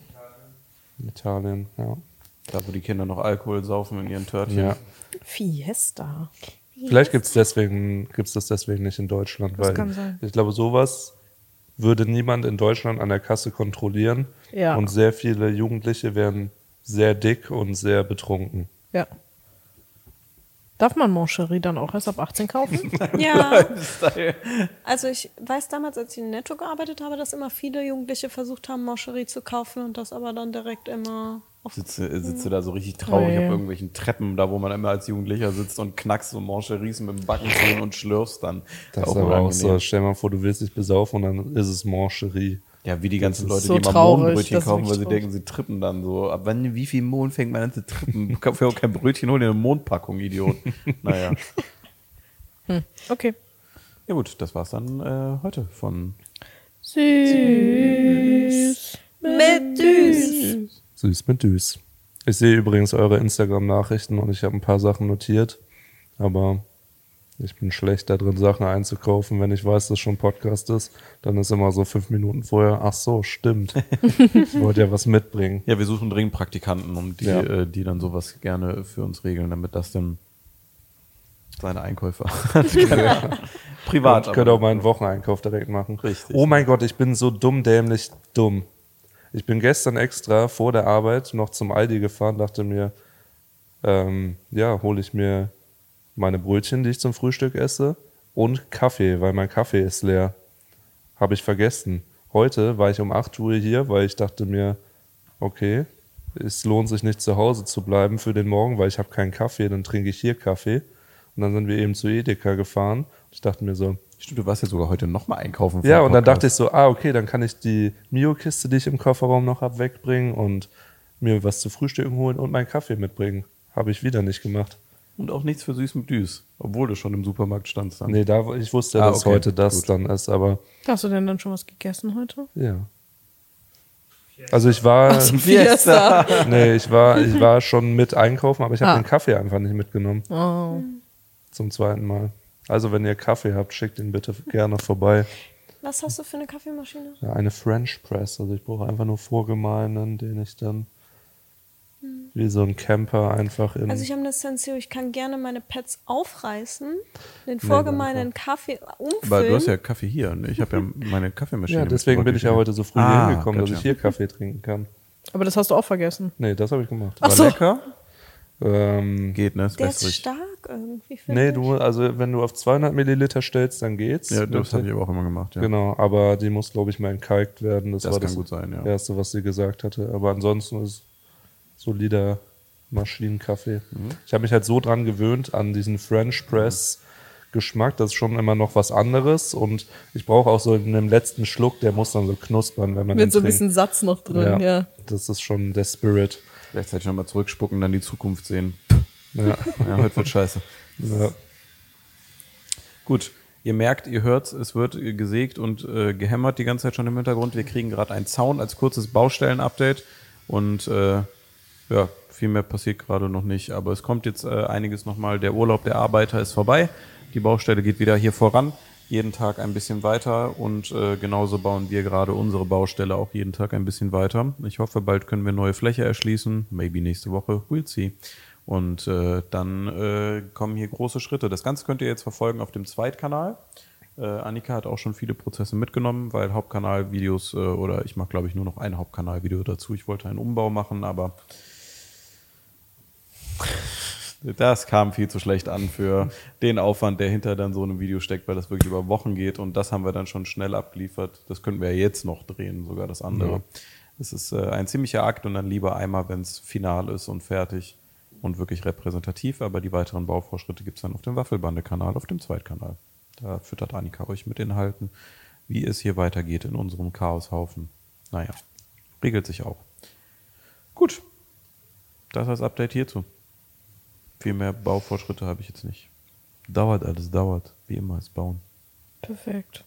Italien, ja. Da, wo die Kinder noch Alkohol saufen in ihren Törtchen. Ja. Fiesta. Vielleicht gibt's das deswegen nicht in Deutschland, Das weil kann sein. ich glaube, sowas würde niemand in Deutschland an der Kasse kontrollieren. Ja. Und sehr viele Jugendliche werden sehr dick und sehr betrunken. Ja. Darf man Moncherie dann auch erst ab 18 kaufen? Ja. Also ich weiß damals, als ich in Netto gearbeitet habe, dass immer viele Jugendliche versucht haben, Moncherie zu kaufen und das aber dann direkt immer auf. Sitze da so richtig traurig Oh je. auf irgendwelchen Treppen, da wo man immer als Jugendlicher sitzt und knackst so Moncheries mit dem Backenzähnen und schlürfst dann. Das ist Auch aber auch unangenehm. so, stell dir mal vor, du willst dich besaufen und dann ist es Moncherie. Ja, wie die ganzen ist Leute, so die immer traurig, Mohnbrötchen das ist kaufen, weil sie wirklich denken, sie trippen dann so. Ab wann, wie viel Mohn fängt man an zu trippen? Du kannst ja auch kein Brötchen holen, eine Mondpackung, Idiot. Naja. Okay. Ja gut, das war's dann heute von Süß. Mit Düs. Süß mit Düs. Ich sehe übrigens eure Instagram-Nachrichten und ich habe ein paar Sachen notiert, aber ich bin schlecht da drin, Sachen einzukaufen, wenn ich weiß, dass schon Podcast ist. Dann ist immer so 5 Minuten vorher, ach so, stimmt. Ich wollte ja was mitbringen. Ja, wir suchen dringend Praktikanten, und die, Ja. die dann sowas gerne für uns regeln, damit das dann seine Einkäufe hat. Privat. Ich könnte auch meinen Wocheneinkauf direkt machen. Richtig. Oh mein Gott, ich bin so dämlich dumm. Ich bin gestern extra vor der Arbeit noch zum Aldi gefahren, dachte mir, hole ich mir meine Brötchen, die ich zum Frühstück esse, und Kaffee, weil mein Kaffee ist leer. Habe ich vergessen. Heute war ich um 8 Uhr hier, weil ich dachte mir, okay, es lohnt sich nicht zu Hause zu bleiben für den Morgen, weil ich habe keinen Kaffee, dann trinke ich hier Kaffee. Und dann sind wir eben zu Edeka gefahren. Ich dachte mir so, Stimmt, du warst ja sogar heute nochmal einkaufen. für ja, den und dann Podcast. dachte ich so, okay, dann kann ich die Mio-Kiste, die ich im Kofferraum noch habe, wegbringen und mir was zu frühstücken holen und meinen Kaffee mitbringen. Habe ich wieder nicht gemacht. Und auch nichts für süß mit Düs, obwohl du schon im Supermarkt standst. Dann. Nee, ich wusste ja, dass okay, heute das gut. dann ist, aber Hast du denn dann schon was gegessen heute? ja. Also ich war, Fiesta. nee, ich war schon mit einkaufen, aber ich habe den Kaffee einfach nicht mitgenommen. Oh. Zum zweiten Mal. Also wenn ihr Kaffee habt, schickt ihn bitte gerne vorbei. Was hast du für eine Kaffeemaschine? Ja, eine French Press, also ich brauche einfach nur vorgemahlenen, den ich dann wie so ein Camper einfach in... Also ich habe eine Senseo, ich kann gerne meine Pads aufreißen, den vorgemahlenen Kaffee umfüllen. Aber du hast ja Kaffee hier. Ne? Ich habe ja meine Kaffeemaschine. ja, deswegen bin ich ja heute so früh hier hingekommen, dass gotcha. ich hier Kaffee trinken kann. Aber das hast du auch vergessen. Nee, das habe ich gemacht. Ach War so. lecker? Ähm, Geht, ne? Ist Der ist wässrig. stark irgendwie, finde nee, ich. also wenn du auf 200 Milliliter stellst, dann geht's. Ja, das habe ich aber auch immer gemacht. Ja. Genau, aber die muss, glaube ich, mal entkalkt werden. Das Das war kann das gut sein, ja. Erste, was sie gesagt hatte. Aber ansonsten ist solider Maschinenkaffee. Ich habe mich halt so dran gewöhnt an diesen French Press Geschmack. Das ist schon immer noch was anderes. Und ich brauche auch so in dem letzten Schluck, der muss dann so knuspern, wenn man den Mit so ein trinkt. bisschen Satz noch drin, ja. Das ist schon der Spirit. Gleichzeitig nochmal zurückspucken, dann die Zukunft sehen. Ja. Ja, heute wird scheiße. Ja. Gut, ihr merkt, ihr hört, es wird gesägt und gehämmert die ganze Zeit schon im Hintergrund. Wir kriegen gerade einen Zaun als kurzes Baustellen-Update und ja, viel mehr passiert gerade noch nicht. Aber es kommt jetzt einiges nochmal. Der Urlaub der Arbeiter ist vorbei. Die Baustelle geht wieder hier voran. Jeden Tag ein bisschen weiter und genauso bauen wir gerade unsere Baustelle auch jeden Tag ein bisschen weiter. Ich hoffe, bald können wir neue Fläche erschließen. Maybe nächste Woche. We'll see. Und dann kommen hier große Schritte. Das Ganze könnt ihr jetzt verfolgen auf dem Zweitkanal. Annika hat auch schon viele Prozesse mitgenommen, weil Hauptkanalvideos oder ich mache, glaube ich, nur noch ein Hauptkanalvideo dazu. Ich wollte einen Umbau machen, aber das kam viel zu schlecht an für den Aufwand, der hinter dann so einem Video steckt, weil das wirklich über Wochen geht und das haben wir dann schon schnell abgeliefert. Das könnten wir ja jetzt noch drehen, sogar das andere. Ja. Das ist ein ziemlicher Akt und dann lieber einmal, wenn es final ist und fertig und wirklich repräsentativ, aber die weiteren Bauvorschritte gibt es dann auf dem Waffelbande-Kanal, auf dem Zweitkanal. Da füttert Annika euch mit Inhalten, wie es hier weitergeht in unserem Chaoshaufen. Naja, regelt sich auch. Gut, das ist das Update hierzu. Viel mehr Baufortschritte habe ich jetzt nicht. Dauert alles, dauert. Wie immer ist Bauen. Perfekt.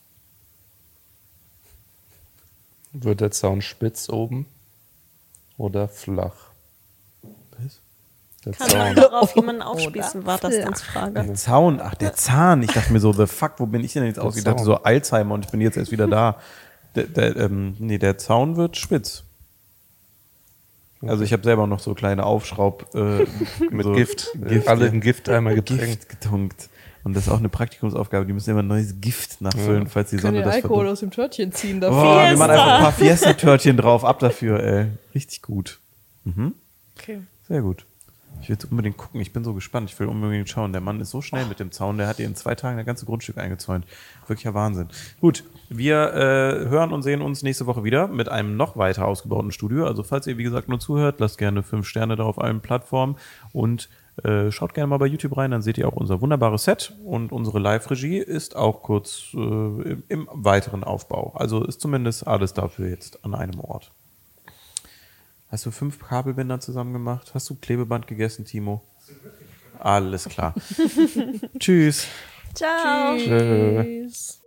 Wird der Zaun spitz oben oder flach? Was? Der Kann Zaun. man darauf jemanden aufspießen, war das dann Frage. Der Zaun, ach der Zahn. Ich dachte mir so, the fuck, wo bin ich denn jetzt aus? Ich dachte so Alzheimer und ich bin jetzt erst wieder da. Der Zaun wird spitz. Also ich habe selber noch so kleine Aufschraub Mit so Gift. Alle ja. in Gift einmal getränkt. Gift getunkt. Und das ist auch eine Praktikumsaufgabe. Die müssen immer neues Gift nachfüllen, falls die Können Sonne ihr das Alkohol verdunkt. aus dem Törtchen ziehen Oh, dafür? wir machen einfach ein paar Fiesta-Törtchen drauf. Ab dafür, ey. Richtig gut. Okay. Sehr gut. Ich will jetzt unbedingt gucken. Ich bin so gespannt. Ich will unbedingt schauen. Der Mann ist so schnell mit dem Zaun. Der hat hier in 2 Tagen das ganze Grundstück eingezäunt. Wirklicher Wahnsinn. Gut, wir hören und sehen uns nächste Woche wieder mit einem noch weiter ausgebauten Studio. Also falls ihr, wie gesagt, nur zuhört, lasst gerne 5 Sterne da auf allen Plattformen und schaut gerne mal bei YouTube rein. Dann seht ihr auch unser wunderbares Set. Und unsere Live-Regie ist auch kurz im weiteren Aufbau. Also ist zumindest alles dafür jetzt an einem Ort. Hast du 5 Kabelbinder zusammen gemacht? Hast du Klebeband gegessen, Timo? Alles klar. Tschüss. Ciao. Tschö. Tschüss.